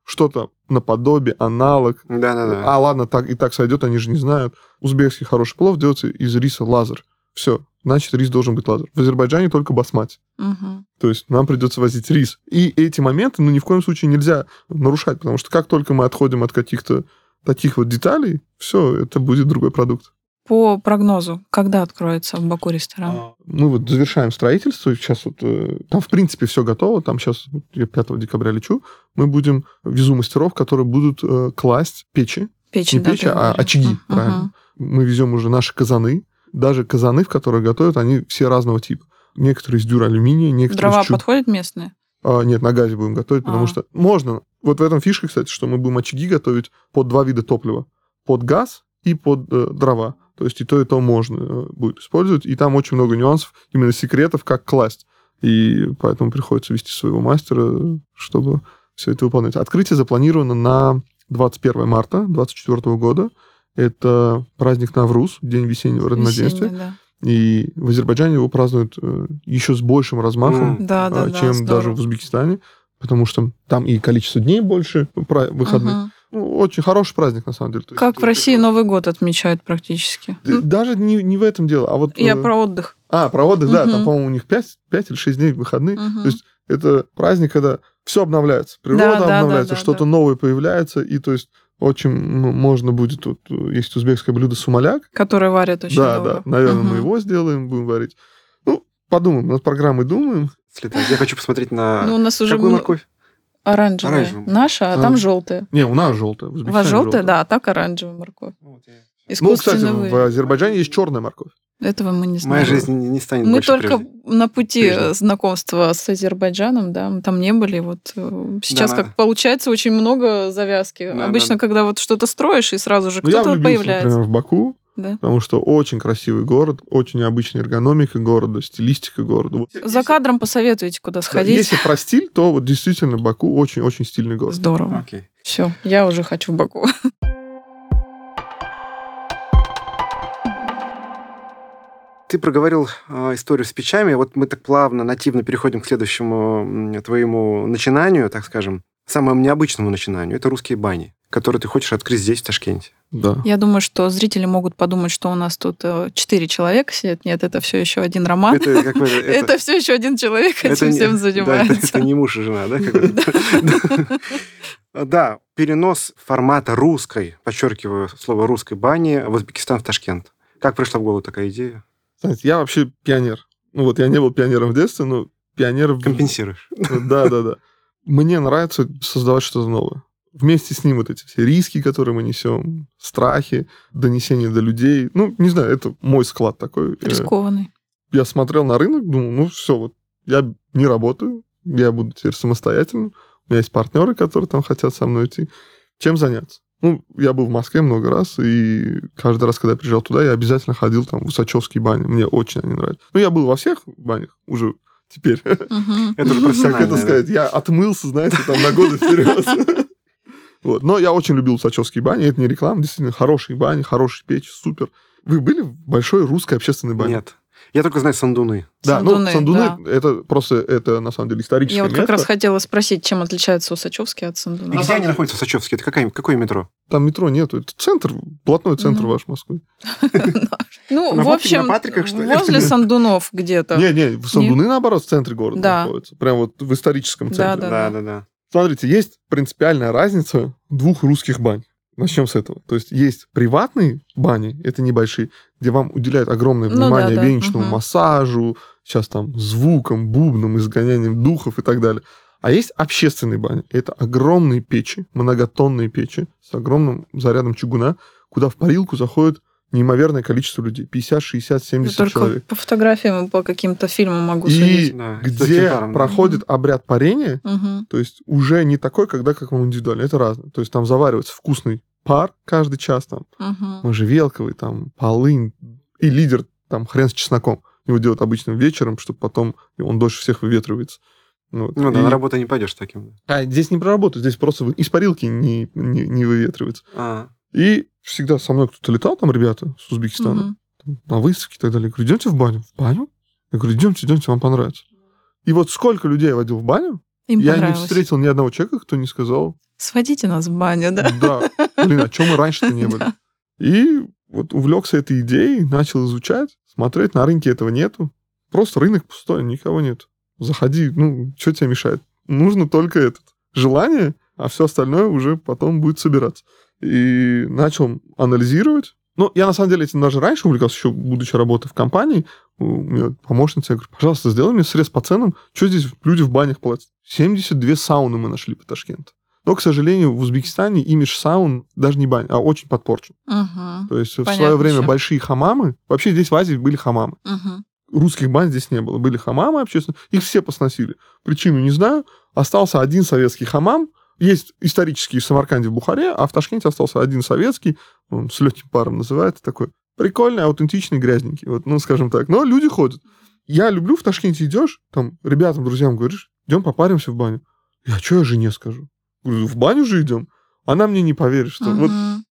S1: что-то наподобие, аналог.
S3: Да-да-да.
S1: А ладно, так и так сойдет, они же не знают. Узбекский хороший плов делается из риса лазер. Все, значит, рис должен быть лазер. В Азербайджане только басмати.
S2: Угу.
S1: То есть нам придется возить рис. И эти моменты, ну, ни в коем случае нельзя нарушать, потому что как только мы отходим от каких-то таких вот деталей, все, это будет другой продукт.
S2: По прогнозу, когда откроется в Баку ресторан?
S1: Мы вот завершаем строительство, сейчас вот э, там, в принципе, все готово, там сейчас, вот, я пятого декабря лечу, мы будем, везу мастеров, которые будут э, класть печи,
S2: Печь,
S1: не
S2: да,
S1: печи,
S2: ты
S1: а
S2: говорил.
S1: очаги,
S2: Мгм.
S1: правильно. Мы везем уже наши казаны, даже казаны, в которые готовят, они все разного типа. Некоторые из дюралюминия, некоторые
S2: Дрова
S1: из чуд.
S2: подходят местные?
S1: А, нет, на газе будем готовить, потому
S2: А.
S1: что можно. Вот в этом фишка, кстати, что мы будем очаги готовить под два вида топлива. Под газ и под э, дрова. То есть и то, и то можно э, будет использовать. И там очень много нюансов, именно секретов, как класть. И поэтому приходится вести своего мастера, чтобы все это выполнять. Открытие запланировано на двадцать первое марта двадцать четвёртого года. Это праздник Навруз, день весеннего равноденствия.
S2: Весенний, да.
S1: И в Азербайджане его празднуют э, еще с большим размахом,
S3: Мгм.
S2: Да, да,
S1: а,
S2: да,
S1: чем
S2: здорово.
S1: даже в Узбекистане, потому что там и количество дней больше пра- выходных.
S2: Мгм.
S1: Ну, очень хороший праздник, на самом деле. То есть
S2: Как в
S1: это-
S2: России Новый год отмечают практически.
S1: Д- Даже не, не в этом дело, а вот...
S2: Я
S1: э,
S2: про отдых.
S1: А, про отдых, да,
S2: Мгм.
S1: там, по-моему, у них пять или шесть дней выходных.
S2: Мгм.
S1: То есть это праздник, когда все обновляется. Природа
S2: Да, да,
S1: обновляется,
S2: да, да,
S1: что-то
S2: да.
S1: новое появляется, и то есть очень ну, можно будет... Вот, э, есть узбекское блюдо сумаляк.
S2: Которые варят очень
S1: Да,
S2: долго.
S1: да, наверное,
S2: Мгм.
S1: мы его сделаем, будем варить. Ну, подумаем, над программой думаем.
S3: Слетать. Я хочу посмотреть на...
S2: Ну, у нас уже
S3: Какую
S2: м-
S3: морковь?
S2: оранжевая.
S3: Оранжевая.
S2: Наша, а
S1: А.
S2: там желтая.
S1: Не, у нас желтая.
S2: У вас желтая, да, а так оранжевая морковь.
S1: Ну,
S2: Искусственно
S1: кстати,
S2: вы-
S1: в Азербайджане есть черная морковь.
S2: Этого мы не знаем.
S3: Моя жизнь не не станет
S2: Мы
S3: больше
S2: только
S3: прежней.
S2: на пути
S3: Прежней.
S2: знакомства с Азербайджаном, да, мы там не были. Вот э, сейчас,
S3: Да,
S2: как получается, очень много завязки.
S3: Да,
S2: Обычно,
S3: да.
S2: когда вот что-то строишь, и сразу же
S1: Ну, я
S2: кто-то
S1: влюбился,
S2: появляется.
S1: например, в Баку,
S2: Да.
S1: потому что очень красивый город, очень необычная эргономика города, стилистика города. Вот
S2: За кадром посоветуйте, куда
S1: Да,
S2: сходить.
S1: если про стиль, то вот действительно Баку очень-очень стильный город.
S2: Здорово.
S3: Окей.
S2: Все, я уже хочу в Баку.
S3: Ты проговорил э, историю с печами. Вот мы так плавно, нативно переходим к следующему м, твоему начинанию, так скажем, самому необычному начинанию. Это русские бани, которые ты хочешь открыть здесь, в Ташкенте.
S1: Да.
S2: Я думаю, что зрители могут подумать, что у нас тут э, четыре человека сидят. Нет, это все еще один роман.
S3: Это как бы... это-
S2: Это все еще один человек
S3: это
S2: этим
S3: не-
S2: всем
S3: да,
S2: занимается.
S3: это, это не муж и жена, да? какой-то? Да, перенос формата русской, подчеркиваю слово русской бани, в Узбекистан, в Ташкент. Как пришла в голову такая идея?
S1: Знаете, я вообще пионер. Ну вот я не был пионером в детстве, но пионер... в-
S3: Компенсируешь.
S1: Да, да, да. Мне нравится создавать что-то новое. Вместе с ним вот эти все риски, которые мы несем, страхи, донесения до людей. Ну, не знаю, это мой склад такой. Э,
S2: Рискованный.
S1: Я смотрел на рынок, думал, ну все, вот я не работаю, я буду теперь самостоятельным. У меня есть партнеры, которые там хотят со мной идти. Чем заняться? Ну, я был в Москве много раз, и каждый раз, когда я приезжал туда, я обязательно ходил там в Усачевские бани. Мне очень они нравятся. Ну, я был во всех банях уже теперь.
S2: Мгм.
S3: Это уже
S1: Как
S3: профессионально.
S1: это сказать? Я отмылся, знаете, там на годы вперед. Вот. Но я очень любил Усачевские бани. Это не реклама, действительно, хорошие бани, хорошие печи, супер. Вы были в большой русской общественной бане?
S3: Нет. Я только знаю сандуны.
S1: Да,
S2: Сандуны,
S1: ну, Сандуны,
S2: да.
S1: это просто, это на самом деле историческое
S2: Я вот
S1: место.
S2: как раз хотела спросить, чем отличается Усачевский от
S3: И
S2: Сандуна.
S3: где они находятся в Сачевске? Это какая, какое метро?
S1: Там метро нету. Это центр, блатной центр
S2: Мгм.
S1: ваш Москвы.
S2: Ну,
S3: На
S2: в
S3: Патри-
S2: общем,
S3: на Патриках, что ли?
S2: возле Сандунов где-то.
S1: Не-не, Сандуны, наоборот, в центре города
S2: Да.
S1: находятся. Прям вот в историческом
S2: Да,
S1: центре.
S2: да.
S3: Да, да, да.
S1: Смотрите, есть принципиальная разница двух русских бань. Начнем с этого. То есть есть приватные бани, это небольшие, где вам уделяют огромное
S2: Ну да,
S1: внимание
S2: да,
S1: веничному
S2: мгм.
S1: массажу, сейчас там звуком, бубном, изгонянием духов и так далее. А есть общественные бани. Это огромные печи, многотонные печи с огромным зарядом чугуна, куда в парилку заходит неимоверное количество людей. пятьдесят, шестьдесят,
S2: Я
S1: семьдесят
S2: только
S1: человек.
S2: по фотографиям и по каким-то фильмам могу
S1: И
S2: судить.
S3: Да, с
S1: где
S3: Докитаром, да.
S1: проходит обряд парения,
S2: Мгм.
S1: то есть уже не такой, когда как вам индивидуально, это разное. То есть там заваривается вкусный пар каждый час, там
S2: Мгм.
S1: можжевелковый, там полынь, и лидер там хрен с чесноком. Его делают обычным вечером, чтобы потом он дольше всех выветривается. Вот.
S3: Ну да,
S1: И-
S3: на работу не пойдешь с таким.
S1: А здесь не про работу, здесь просто вы- из парилки не, не, не выветривается.
S3: А,
S1: И всегда со мной кто-то летал, там ребята с Узбекистана,
S2: Мгм.
S1: там, на выставке и так далее. Я говорю, идемте в баню. В баню? Я говорю, идемте, идемте, вам понравится. И вот сколько людей я водил в баню,
S2: Им
S1: я не
S2: понравилось.
S1: встретил ни одного человека, кто не сказал,
S2: Сводите нас в баню, да?
S1: Да. Блин, а чем мы раньше-то не были? И вот увлекся этой идеей, начал изучать, смотреть, на рынке этого нету. Просто рынок пустой, никого нет. Заходи, ну, что тебе мешает? Нужно только это желание, а все остальное уже потом будет собираться. И начал анализировать. Ну, я, на самом деле, этим даже раньше увлекался, еще будучи работой в компании. У меня помощница, я говорю, пожалуйста, сделай мне срез по ценам. Что здесь люди в банях платят? семьдесят две сауны мы нашли по Ташкенту. Но, к сожалению, в Узбекистане имидж саун даже не бань, а очень подпорчен.
S2: Угу.
S1: То есть
S2: Понятно,
S1: в свое время
S2: всё.
S1: большие хамамы... Вообще здесь в Азии были хамамы.
S2: Угу.
S1: Русских бань здесь не было. Были хамамы общественные. Их все посносили. Причину не знаю. Остался один советский хамам. Есть исторический в Самарканде, в Бухаре, а в Ташкенте остался один советский. Он с легким паром называется. Такой прикольный, аутентичный, грязненький. Вот, ну, скажем так. Но люди ходят. Я люблю в Ташкенте идешь, там, ребятам, друзьям говоришь, идем попаримся в баню. Я что я жене скажу? Говорю, в баню же идем? Она мне не поверит, что...
S2: Угу.
S1: Вот,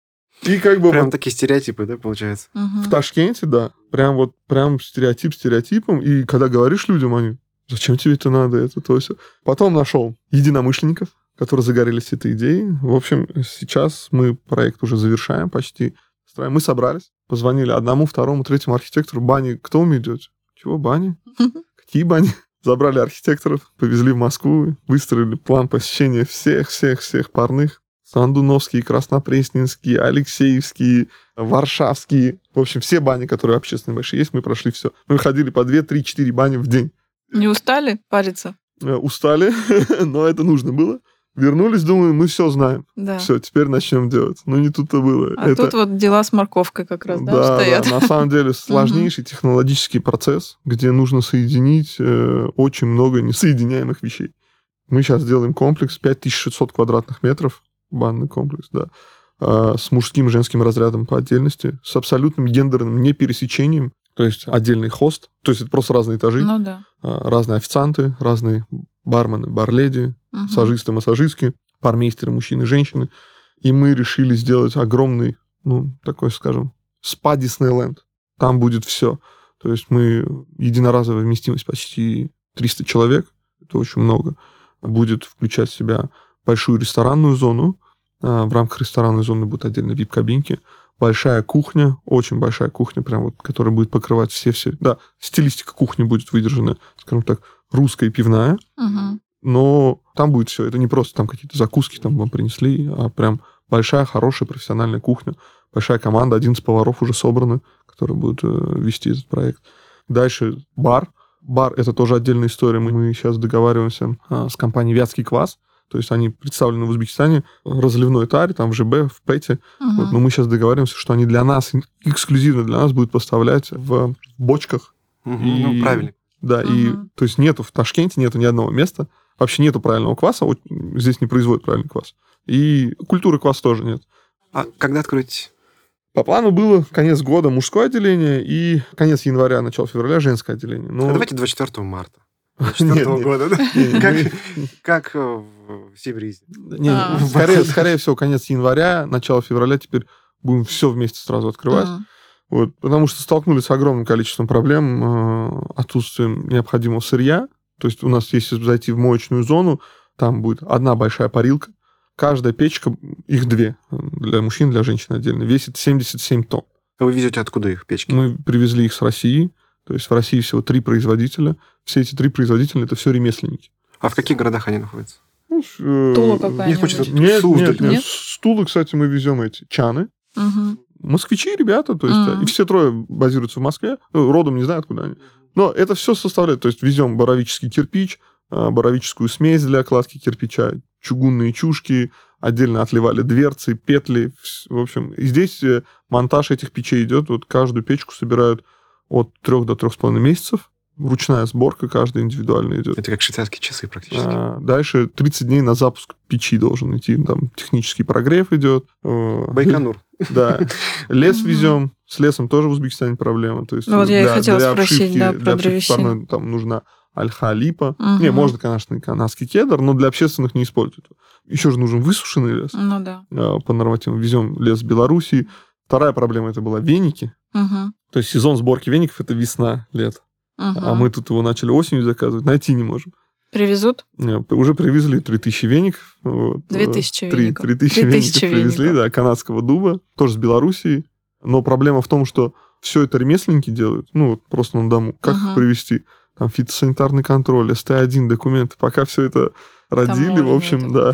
S1: и как бы...
S3: Прям
S1: вот
S3: такие стереотипы, да, получается?
S2: Угу.
S1: в Ташкенте, да, прям вот прям стереотип стереотипом. И когда говоришь людям, они, зачем тебе это надо, это, то, все. Потом нашел единомышленников, которые загорелись этой идеей. В общем, сейчас мы проект уже завершаем почти. Мы собрались, позвонили одному, второму, третьему архитектору. Бани, кто умеет делать? Чего, бани? Какие бани? Забрали архитекторов, повезли в Москву, выстроили план посещения всех-всех-всех парных. Сандуновские, Краснопресненские, Алексеевские, Варшавские. В общем, все бани, которые общественные большие есть, мы прошли все. Мы ходили по две, три, четыре бани в день.
S2: Не устали париться?
S1: Э, Устали, но это нужно было. Вернулись, думаю, мы все знаем.
S2: Да.
S1: Все, теперь начнем делать. Но не тут-то было.
S2: А
S1: Это...
S2: тут вот дела с морковкой как раз, да,
S1: Да,
S2: стоят?
S1: да, на самом деле сложнейший технологический процесс, где нужно соединить э, очень много несоединяемых вещей. Мы сейчас делаем комплекс пять тысяч шестьсот квадратных метров, банный комплекс, да, э, с мужским и женским разрядом по отдельности, с абсолютным гендерным непересечением, то есть отдельный хост, то есть это просто разные этажи,
S2: Ну да.
S1: э, разные официанты, разные бармены, барледи,
S2: Угу.
S1: массажисты, массажистки, бармейстеры, мужчины, женщины. И мы решили сделать огромный, ну, такой, скажем, спа Диснейленд. Там будет все. То есть мы единоразовая вместимость почти триста человек, это очень много, будет включать в себя большую ресторанную зону. В рамках ресторанной зоны будут отдельно ви ай пи-кабинки. Большая кухня, очень большая кухня, прям вот, которая будет покрывать все-все... Да, стилистика кухни будет выдержана, скажем так, русская и пивная.
S2: Угу.
S1: Но там будет все. Это не просто там какие-то закуски там вам принесли, а прям большая, хорошая профессиональная кухня. Большая команда, одиннадцать поваров уже собраны, которые будут э, вести этот проект. Дальше бар. Бар — это тоже отдельная история. Мы, мы сейчас договариваемся а, с компанией «Вятский квас». То есть они представлены в Узбекистане, разливной таре, там в ЖБ, в ПЭТе.
S2: Угу.
S1: Вот, но мы сейчас договариваемся, что они для нас, эксклюзивно для нас, будут поставлять в бочках.
S3: Угу,
S1: И-
S3: Ну, правильно.
S1: Да, и
S2: Мгм.
S1: то есть нету в Ташкенте, нету ни одного места, вообще нету правильного кваса, вот здесь не производят правильный квас. И культуры кваса тоже нет.
S3: А когда откроетесь?
S1: По плану было конец года мужское отделение и конец января, начало февраля женское отделение. Но...
S3: А давайте двадцать четвёртого марта.
S1: Нет,
S3: двадцать четвёртого
S1: нет.
S3: года, да?
S1: Не,
S3: Как,
S1: мы-
S3: как э, в Сибризе.
S1: не,
S2: А.
S1: скорее, скорее всего, конец января, начало февраля теперь будем все вместе сразу открывать.
S2: Мгм.
S1: Вот, потому что столкнулись с огромным количеством проблем, э, отсутствием необходимого сырья. То есть у нас, если зайти в моечную зону, там будет одна большая парилка. Каждая печка, их две, для мужчин, для женщин отдельно, весит семьдесят семь тонн.
S3: А вы везете откуда их печки?
S1: Мы привезли их с России. То есть в России всего три производителя. Все эти три производителя — это все ремесленники.
S3: А в каких городах они находятся?
S1: Ну, с- э,
S2: Тула какая-нибудь.
S3: Мне хочется
S1: Нет,
S3: Суздаль.
S1: нет, нет.
S2: Нет?
S1: С Тулы, кстати, мы везем эти чаны.
S2: Мгм.
S1: Москвичи, ребята, то есть,
S2: Мгм.
S1: и все трое базируются в Москве, ну, родом не знаю, откуда они. Но это все составляет, то есть везем боровический кирпич, а, боровическую смесь для кладки кирпича, чугунные чушки, отдельно отливали дверцы, петли, вс- в общем. И здесь э, монтаж этих печей идет, вот каждую печку собирают от трех до трех с половиной месяцев, ручная сборка, каждая индивидуально идет.
S3: Это как швейцарские часы практически.
S1: А, Дальше тридцать дней на запуск печи должен идти, там технический прогрев идет. э,
S3: Байконур.
S1: Да. Лес
S2: Мгм.
S1: везем. С лесом тоже в Узбекистане проблема. То есть
S2: Ну, вот я и
S1: для-
S2: хотела
S1: для
S2: спросить,
S1: обшивки-
S2: да,
S1: для
S2: про
S1: обшивки
S2: древесину.
S1: парной там нужна ольха-липа.
S2: Мгм.
S1: Не, можно, конечно, и канадский кедр, но для общественных не используют. Еще же нужен высушенный лес.
S2: Ну да.
S1: А, По нормативам везем лес в Белоруссии. Вторая проблема — это была веники.
S2: Мгм.
S1: То есть сезон сборки веников — это весна, лето.
S2: Мгм.
S1: А мы тут его начали осенью заказывать, найти не можем.
S2: Привезут?
S1: Нет, уже привезли три тысячи веников. Вот.
S2: две тысячи
S1: три,
S2: веников.
S1: три тысячи веников привезли, да, канадского дуба, тоже с Белоруссии. Но проблема в том, что все это ремесленники делают, ну, вот просто на дому. Как
S2: Ага.
S1: их привезти? Там фитосанитарный контроль, эс тэ один документы. Пока все это родили,
S2: Таможня
S1: в общем, да,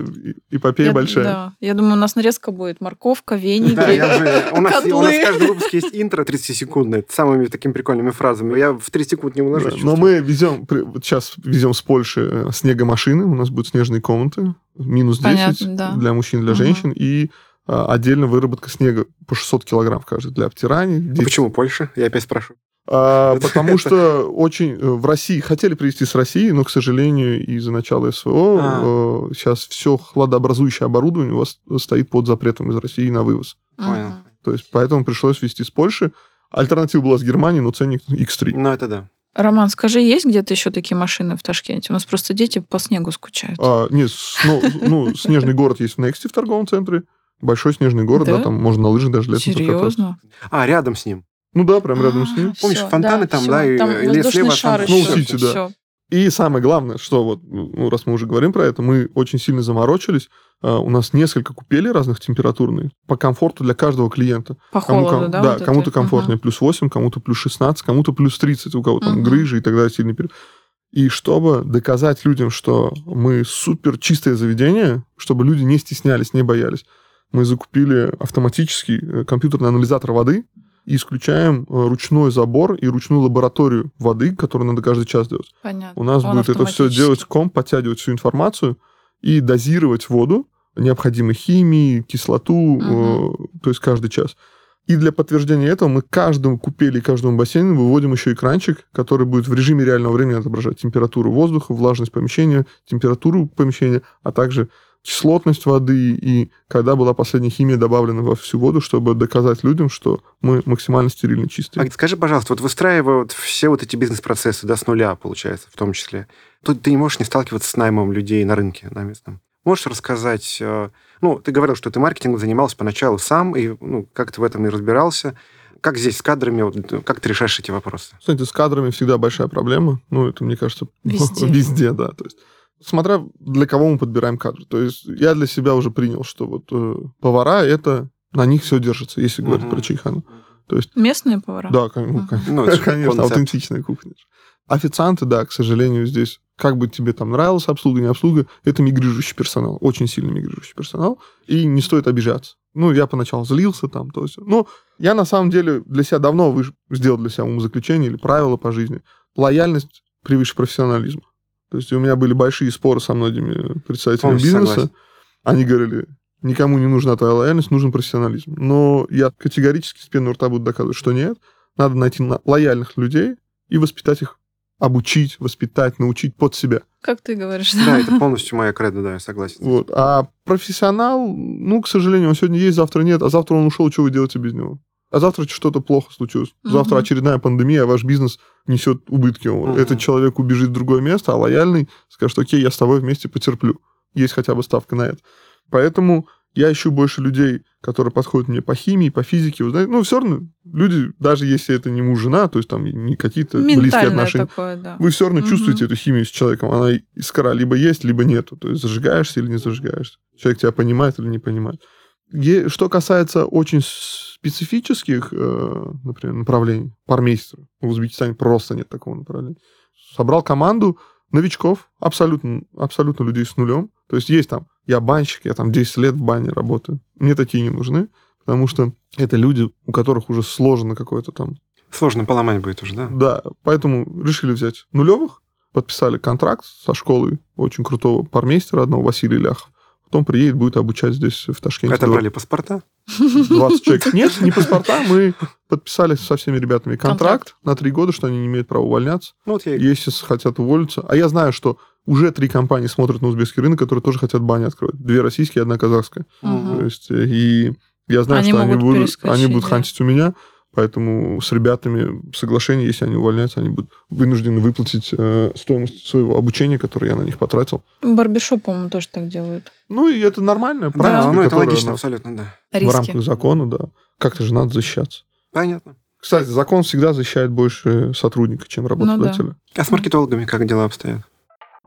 S1: эпопея
S2: Я-
S1: большая.
S2: Да. Я думаю, у нас нарезка будет морковка, веники.
S3: Да, я же... У нас, у нас
S2: котлы.
S3: в каждом выпуске есть интро тридцатисекундное, с самыми такими прикольными фразами. Я в тридцать секунд не
S1: Да,
S3: уложусь.
S1: но
S3: чувствую.
S1: мы везем, при- вот сейчас везем с Польши э, снегомашины, у нас будут снежные комнаты, минус десять
S2: Понятно, да.
S1: для мужчин, для
S2: Мгм.
S1: женщин, и а, отдельно выработка снега по шестьсот килограмм в каждый для обтираний.
S3: А
S1: Дети-
S3: почему Польша? Я опять спрашиваю.
S1: А,
S3: Это-
S1: потому
S3: это-
S1: что очень э, в России хотели привезти с России, но, к сожалению, из-за начала эс вэ о
S3: А.
S1: э, сейчас все хладообразующее оборудование у вас стоит под запретом из России на вывоз.
S3: Понял.
S2: Мгм.
S1: То есть поэтому пришлось везти с Польши. Альтернатива была с Германии, но ценник икс три.
S3: Ну, это да.
S2: Роман, скажи, есть где-то еще такие машины в Ташкенте? У нас просто дети по снегу скучают.
S1: А, нет, с- ну, ну, снежный город есть в Нексте в торговом центре. Большой снежный город, да,
S2: Да?
S1: там можно на лыжах даже летом покататься.
S2: Серьезно?
S3: А, рядом с ним.
S1: Ну да, прям рядом с ним.
S2: А,
S3: Помнишь,
S2: всё,
S3: фонтаны там,
S2: всё.
S3: да, и-
S2: Там
S3: или
S2: воздушный
S3: слева
S2: шар
S3: фонтан.
S2: еще.
S1: Ну, Сити, да.
S2: Всё.
S1: И самое главное, что вот, ну, раз мы уже говорим про это, мы очень сильно заморочились. А, У нас несколько купелей разных температурных по комфорту для каждого клиента.
S2: По
S1: Кому
S2: холоду,
S1: ком-
S2: да?
S1: да,
S2: вот
S1: кому-то
S2: это?
S1: комфортнее
S2: Ага.
S1: плюс восемь, кому-то плюс шестнадцать, кому-то плюс тридцать, у кого там
S2: Мгм.
S1: грыжи и так далее, сильный период. И чтобы доказать людям, что мы супер чистое заведение, чтобы люди не стеснялись, не боялись, мы закупили автоматический э, компьютерный анализатор воды и исключаем э, ручной забор и ручную лабораторию воды, которую надо каждый час делать.
S2: Понятно.
S1: У нас
S2: Он
S1: будет это все
S2: автоматически.
S1: делать комп, подтягивать всю информацию и дозировать воду необходимой химии, кислоту,
S2: Мгм.
S1: э, то есть каждый час. И для подтверждения этого мы каждому купели и каждому бассейну выводим еще экранчик, который будет в режиме реального времени отображать температуру воздуха, влажность помещения, температуру помещения, а также кислотность воды и когда была последняя химия добавлена во всю воду, чтобы доказать людям, что мы максимально стерильно чистые.
S3: А скажи, пожалуйста, вот выстраивая вот все вот эти бизнес-процессы, да, с нуля, получается, в том числе, тут ты не можешь не сталкиваться с наймом людей на рынке, на местном. Можешь рассказать, э, ну, ты говорил, что ты маркетингом занимался поначалу сам, и, ну, как ты в этом и разбирался. Как здесь с кадрами, вот, как ты решаешь эти вопросы?
S1: Кстати, с кадрами всегда большая проблема. Ну, это, мне кажется,
S2: Везде.
S1: везде, да. То есть, смотря для кого мы подбираем кадры. То есть, я для себя уже принял, что вот э, повара, это на них все держится, если говорить
S3: Мгм.
S1: про чайхану. То есть,
S2: Местные повара?
S1: да, кон- ну,
S2: Мгм.
S1: кон-
S3: Ну, это же
S1: конечно,
S3: концепт.
S1: аутентичная кухня. Официанты, да, к сожалению, здесь, как бы тебе там нравилась обслуга, не обслуга, это мигрирующий персонал, очень сильно мигрирующий персонал, и не стоит обижаться. Ну, я поначалу злился там, то есть, ну, я на самом деле для себя давно выш- сделал для себя умозаключение или правила по жизни. Лояльность превыше профессионализма. То есть у меня были большие споры со многими представителями
S3: Полностью
S1: бизнеса.
S3: согласен.
S1: Они говорили, никому не нужна твоя лояльность, нужен профессионализм. Но я категорически с пены у рта буду доказывать, что нет. Надо найти на- лояльных людей и воспитать их, обучить, воспитать, научить под себя.
S2: Как ты говоришь,
S3: Да, это полностью моя кредо, да, я согласен.
S1: Вот. А профессионал, ну, к сожалению, он сегодня есть, завтра нет, а завтра он ушел, что вы делаете без него? А завтра что-то плохо случилось. Завтра
S2: Мгм.
S1: очередная пандемия, а ваш бизнес несет убытки.
S3: Мгм.
S1: Этот человек убежит в другое место, а лояльный скажет, окей, я с тобой вместе потерплю. Есть хотя бы ставка на это. Поэтому я ищу больше людей, которые подходят мне по химии, по физике. Вы знаете, ну, все равно люди, даже если это не муж, жена, то есть там не какие-то близкие
S2: Ментальное
S1: отношения,
S2: такое, да.
S1: вы все равно
S2: Мгм.
S1: чувствуете эту химию с человеком. Она искра либо есть, либо нету. То есть зажигаешься или не зажигаешься. Человек тебя понимает или не понимает. Е- Что касается очень специфических, э, например, направлений, пармейстера, в Узбекистане просто нет такого направления. Собрал команду новичков, абсолютно, абсолютно людей с нулем. То есть есть там, я банщик, я там десять лет в бане работаю. Мне такие не нужны, потому что это люди, у которых уже сложено какое-то там...
S3: Сложно поломать будет уже, да?
S1: Да, поэтому решили взять нулевых, подписали контракт со школой очень крутого пармейстера одного, Василия Ляхов. Потом приедет, будет обучать здесь, в Ташкенте.
S3: Отобрали паспорта?
S1: двадцать человек. Нет, не паспорта. Мы подписали со всеми ребятами контракт,
S2: Контракт.
S1: на три года, что они не имеют права увольняться,
S3: Ну, вот я и-
S1: если хотят уволиться. А я знаю, что уже три компании смотрят на узбекский рынок, которые тоже хотят бани открыть. Две российские, одна казахская.
S2: Мгм.
S1: То есть, э, и я знаю,
S2: Они
S1: что они
S2: могут
S1: будут,
S2: перескочить,
S1: они будут
S2: да.
S1: хантить у меня, поэтому с ребятами соглашение, если они увольняются, они будут вынуждены выплатить э, стоимость своего обучения, которое я на них потратил.
S2: Барбершоп, по-моему, тоже так делают.
S1: Ну, и это нормальная
S3: Да,
S1: практика,
S3: ну, это
S1: которая
S3: логично,
S1: на-
S3: абсолютно, да.
S1: в
S2: Риски.
S1: рамках закона, да. Как-то же надо защищаться.
S3: Понятно.
S1: Кстати, закон всегда защищает больше сотрудника, чем работодателя.
S3: А с маркетологами как дела обстоят?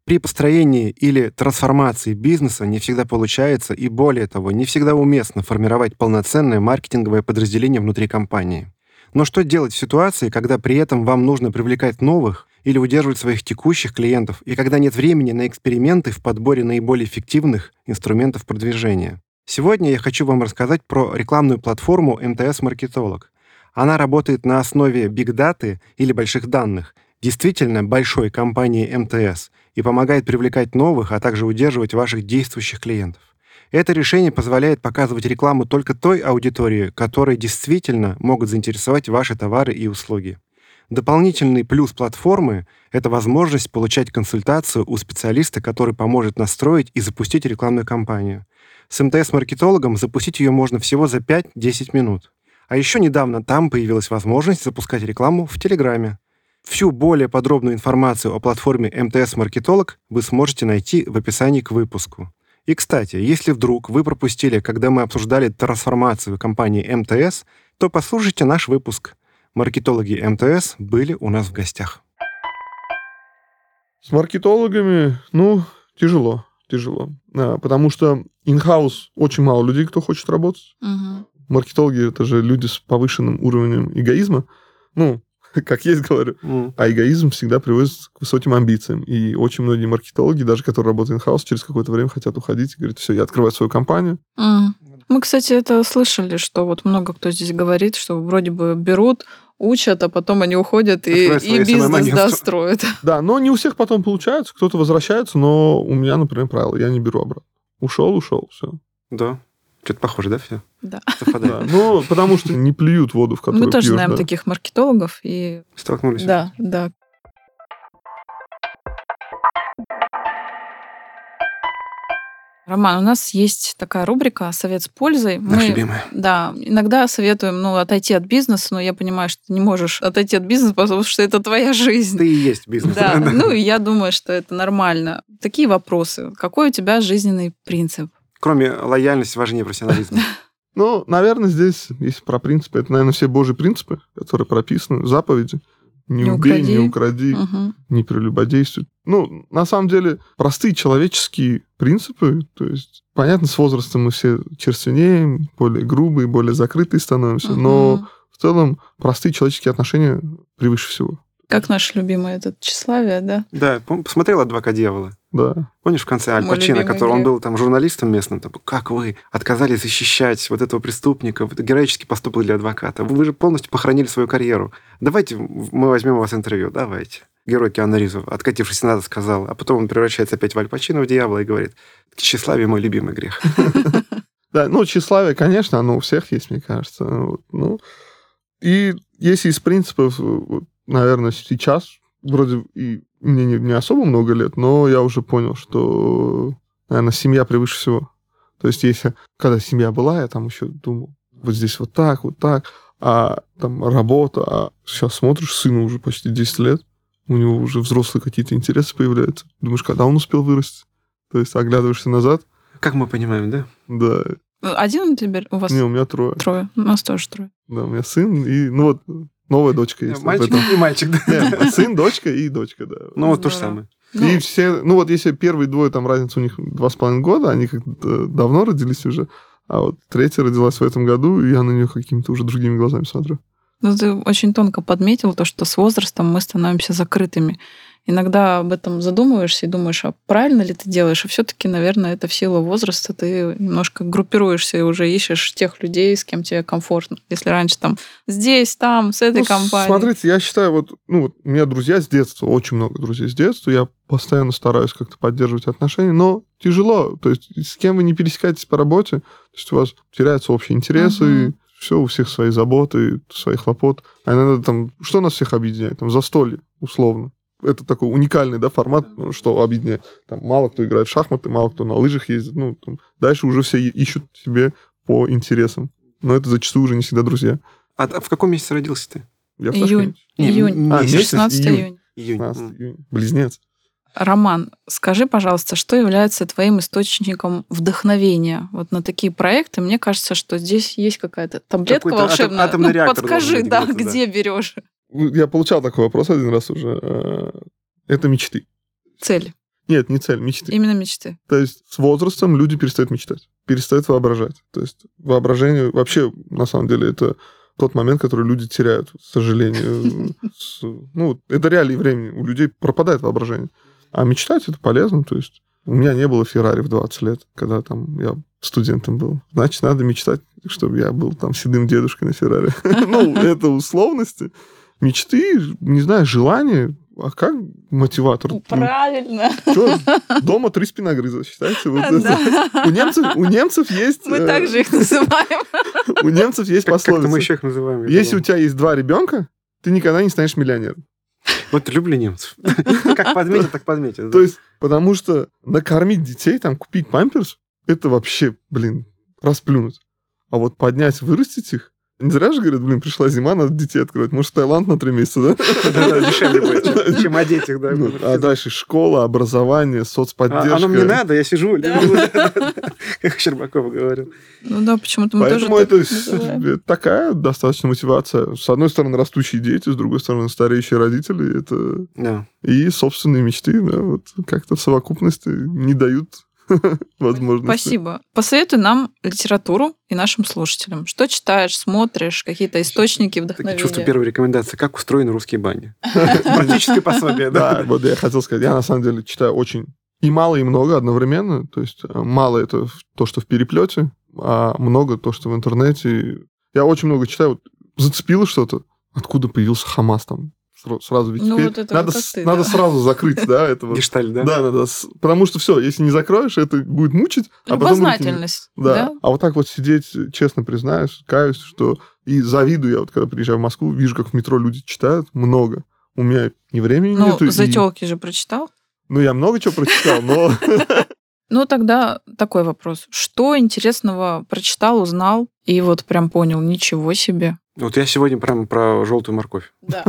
S3: При построении или трансформации бизнеса не всегда получается и, более того, не всегда уместно формировать полноценное маркетинговое подразделение внутри компании. Но что делать в ситуации, когда при этом вам нужно привлекать новых или удерживать своих текущих клиентов, и когда нет времени на эксперименты в подборе наиболее эффективных инструментов продвижения? Сегодня я хочу вам рассказать про рекламную платформу эм тэ эс-маркетолог. Она работает на основе биг-даты или больших данных, действительно большой компании эм тэ эс, и помогает привлекать новых, а также удерживать ваших действующих клиентов. Это решение позволяет показывать рекламу только той аудитории, которой действительно могут заинтересовать ваши товары и услуги. Дополнительный плюс платформы — это возможность получать консультацию у специалиста, который поможет настроить и запустить рекламную кампанию. С эм тэ эс-маркетологом запустить ее можно всего за пять-десять минут. А еще недавно там появилась возможность запускать рекламу в Телеграме. Всю более подробную информацию о платформе эм тэ эс-маркетолог вы сможете найти в описании к выпуску. И, кстати, если вдруг вы пропустили, когда мы обсуждали трансформацию компании эм тэ эс, то послушайте наш выпуск. Маркетологи эм тэ эс были у нас в гостях.
S1: С маркетологами, ну, тяжело, тяжело. А, потому что in-house очень мало людей, кто хочет работать.
S2: Угу.
S1: Маркетологи — это же люди с повышенным уровнем эгоизма. Ну, как есть говорю. Mm. А эгоизм всегда приводит к высоким амбициям. И очень многие маркетологи, даже которые работают in-house, через какое-то время хотят уходить и говорят: все, я открываю свою компанию.
S2: Mm. Мы, кстати, это слышали, что вот много кто здесь говорит, что вроде бы берут, учат, а потом они уходят и, и бизнес да, строят.
S1: Да, но не у всех потом получается. Кто-то возвращается, но у меня, например, правило: я не беру обратно. Ушел, ушел, все.
S3: Да. Что-то похоже, да, все?
S2: Да.
S1: да. Ну, потому что не плюют воду, в которую
S2: Мы тоже
S1: пьешь,
S2: знаем
S1: да.
S2: таких маркетологов. И...
S3: Столкнулись.
S2: Да, да. Роман, у нас есть такая рубрика «Совет с пользой».
S3: Наша
S2: Мы,
S3: любимая.
S2: Да, иногда советуем ну, отойти от бизнеса, но я понимаю, что ты не можешь отойти от бизнеса, потому что это твоя жизнь.
S3: Ты и есть бизнес.
S2: Да, ну и я думаю, что это нормально. Такие вопросы. Какой у тебя жизненный принцип?
S3: Кроме лояльности, важнее профессионализма.
S1: Ну, наверное, здесь, если про принципы, это, наверное, все Божьи принципы, которые прописаны в заповеди. Не, не убей, укради. не укради, угу. не прелюбодействуй. Ну, на самом деле, простые человеческие принципы, то есть, понятно, с возрастом мы все черственеем, более грубые, более закрытые становимся, угу. но в целом простые человеческие отношения превыше всего.
S2: Как наш любимый этот тщеславие, да?
S3: Да, посмотрел «Адвокат дьявола»?
S1: Да.
S3: Помнишь, в конце Аль Пачино, который он был там журналистом местным, там, как вы отказались защищать вот этого преступника, это героический поступок для адвоката, вы же полностью похоронили свою карьеру. Давайте мы возьмем у вас интервью, давайте. Герой Киану Ривза, откатившись назад, сказал, а потом он превращается опять в Аль Пачино, в дьявола, и говорит: тщеславие мой любимый грех.
S1: Да, ну, тщеславие, конечно, оно у всех есть, мне кажется. Ну, и если из принципов, наверное, сейчас, вроде и мне не, не особо много лет, но я уже понял, что, наверное, семья превыше всего. То есть, если, когда семья была, я там еще думал, вот здесь вот так, вот так, а там работа, а сейчас смотришь, сыну уже почти десять лет, у него уже взрослые какие-то интересы появляются. Думаешь, когда он успел вырасти? То есть, оглядываешься назад.
S3: Как мы понимаем, да?
S1: Да.
S2: Один теперь у вас?
S1: Не, у меня трое.
S2: Трое. У нас тоже трое.
S1: Да, у меня сын и, ну вот, новая дочка есть.
S3: Мальчик и мальчик, да.
S1: Нет, сын, дочка и дочка, да.
S3: Ну, вот то же самое.
S1: Ну, и все, ну вот если первые двое, там разница у них два с половиной года, они как-то давно родились уже, а вот третья родилась в этом году, и я на нее какими-то уже другими глазами смотрю.
S2: Ну, ты очень тонко подметил то, что с возрастом мы становимся закрытыми. Иногда об этом задумываешься и думаешь, а правильно ли ты делаешь? И все-таки, наверное, это в силу возраста. Ты немножко группируешься и уже ищешь тех людей, с кем тебе комфортно. Если раньше там здесь, там, с этой ну, компанией.
S1: Смотрите, я считаю, вот, ну, вот у меня друзья с детства, очень много друзей с детства. Я постоянно стараюсь как-то поддерживать отношения, но тяжело. То есть с кем вы не пересекаетесь по работе, то есть у вас теряются общие интересы, uh-huh. все, у всех свои заботы, свои хлопоты. А иногда там, что нас всех объединяет? Там застолье, условно. Это такой уникальный, да, формат, ну, что объединяет. Там мало кто играет в шахматы, мало кто на лыжах ездит. Ну, там, дальше уже все ищут себе по интересам. Но это зачастую уже не всегда друзья.
S3: А в каком месяце родился ты?
S1: Я в
S2: Июнь. Июнь.
S1: А,
S2: шестнадцатого июня.
S1: шестнадцатого июня. Близнец.
S2: Роман, скажи, пожалуйста, что является твоим источником вдохновения вот на такие проекты? Мне кажется, что здесь есть какая-то таблетка
S3: Какой-то
S2: волшебная.
S3: атом, атомный
S2: ну,
S3: реактор
S2: подскажи, да,
S3: где-то,
S2: где
S3: да.
S2: берешь?
S1: Я получал такой вопрос один раз уже. Это мечты.
S2: Цели.
S1: Нет, не цель, мечты.
S2: Именно мечты.
S1: То есть с возрастом люди перестают мечтать, перестают воображать. То есть воображение вообще, на самом деле, это тот момент, который люди теряют, к сожалению. Ну, это реалии времени. У людей пропадает воображение. А мечтать это полезно. То есть у меня не было Феррари в двадцать лет, когда там я студентом был. Значит, надо мечтать, чтобы я был там седым дедушкой на Феррари. Ну, это условности. Мечты, не знаю, желания. А как мотиватор?
S2: Правильно.
S1: Что, дома три спиногрыза, считайте? Вот у, немцев, у немцев есть...
S2: Мы также их называем.
S1: У немцев есть пословица.
S3: Как-то мы еще их называем.
S1: Если у тебя есть два ребенка, ты никогда не станешь миллионером.
S3: Вот люблю немцев. Как подметят, так подметят.
S1: То есть, потому что накормить детей, там, купить памперс, это вообще, блин, расплюнуть. А вот поднять, вырастить их, не зря же говорят, блин, пришла зима, надо детей открывать. Может, Таиланд на три месяца, да?
S3: Да-да, дешевле будет, чем о детях, да.
S1: А дальше школа, образование, соцподдержка.
S3: Оно мне надо, я сижу, как Щербаков говорил.
S2: Ну да, почему-то мы тоже
S1: Поэтому это такая достаточно мотивация. С одной стороны, растущие дети, с другой стороны, стареющие родители. Это и собственные мечты, да, вот как-то в совокупности не дают возможности.
S2: Спасибо. Посоветуй нам литературу и нашим слушателям. Что читаешь, смотришь, какие-то источники вдохновения?
S3: Чувство первой рекомендации. Как устроены русские бани? Практическое пособие, да?
S1: Да, вот я хотел сказать. Я, на самом деле, читаю очень и мало, и много одновременно. То есть мало это то, что в переплете, а много то, что в интернете. Я очень много читаю. Вот зацепило что-то. Откуда появился Хамас там? Сразу ведь
S2: ну,
S1: теперь
S2: вот это
S1: надо,
S2: вот ты,
S1: надо
S2: да.
S1: сразу закрыть, да, это вот.
S3: Гештальт, да?
S1: Да, да, да. Потому что все, если не закроешь, это будет мучить.
S2: Любознательность.
S1: А потом... да.
S2: да.
S1: А вот так вот сидеть, честно признаюсь, каюсь, что и завидую я, вот когда приезжаю в Москву, вижу, как в метро люди читают много. У меня ни времени
S2: ну,
S1: нету.
S2: Ну, «Затёлки»
S1: и...
S2: же прочитал?
S1: Ну, я много чего прочитал, но...
S2: Ну, тогда такой вопрос. Что интересного прочитал, узнал и вот прям понял, ничего себе?
S3: Вот я сегодня прям про желтую морковь.
S2: Да.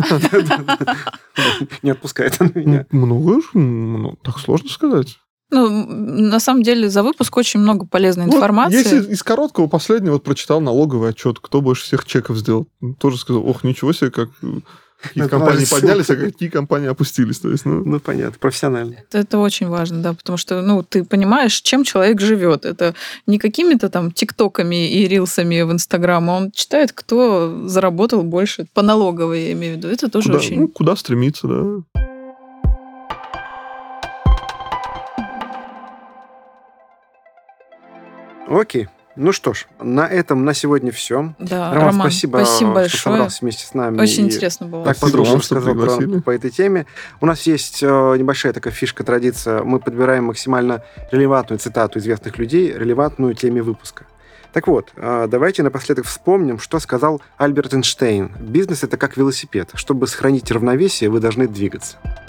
S3: Не отпускает она меня.
S1: Много же, так сложно сказать.
S2: Ну, на самом деле, за выпуск очень много полезной информации.
S1: Если из короткого последнего вот прочитал налоговый отчет, кто больше всех чеков сделал, тоже сказал, ох, ничего себе, как... Какие компании поднялись, а какие компании опустились. То есть, ну...
S3: ну, понятно, профессионально.
S2: Это, это очень важно, да, потому что ну, ты понимаешь, чем человек живет. Это не какими-то там тиктоками и рилсами в Инстаграм, а он читает, кто заработал больше по налоговой, я имею в виду. Это тоже
S1: куда,
S2: очень...
S1: Ну, куда стремиться, да.
S3: Окей. Ну что ж, на этом на сегодня все.
S2: Да,
S3: Роман,
S2: Роман,
S3: спасибо,
S2: спасибо
S3: что
S2: большое.
S3: собрался вместе с нами.
S2: Очень интересно было.
S3: Так
S1: Спасибо
S3: подробно
S1: вам, что
S3: рассказал
S1: пригласили.
S3: по этой теме. У нас есть небольшая такая фишка, традиция. Мы подбираем максимально релевантную цитату известных людей, релевантную теме выпуска. Так вот, давайте напоследок вспомним, что сказал Альберт Эйнштейн. Бизнес – это как велосипед. Чтобы сохранить равновесие, вы должны двигаться.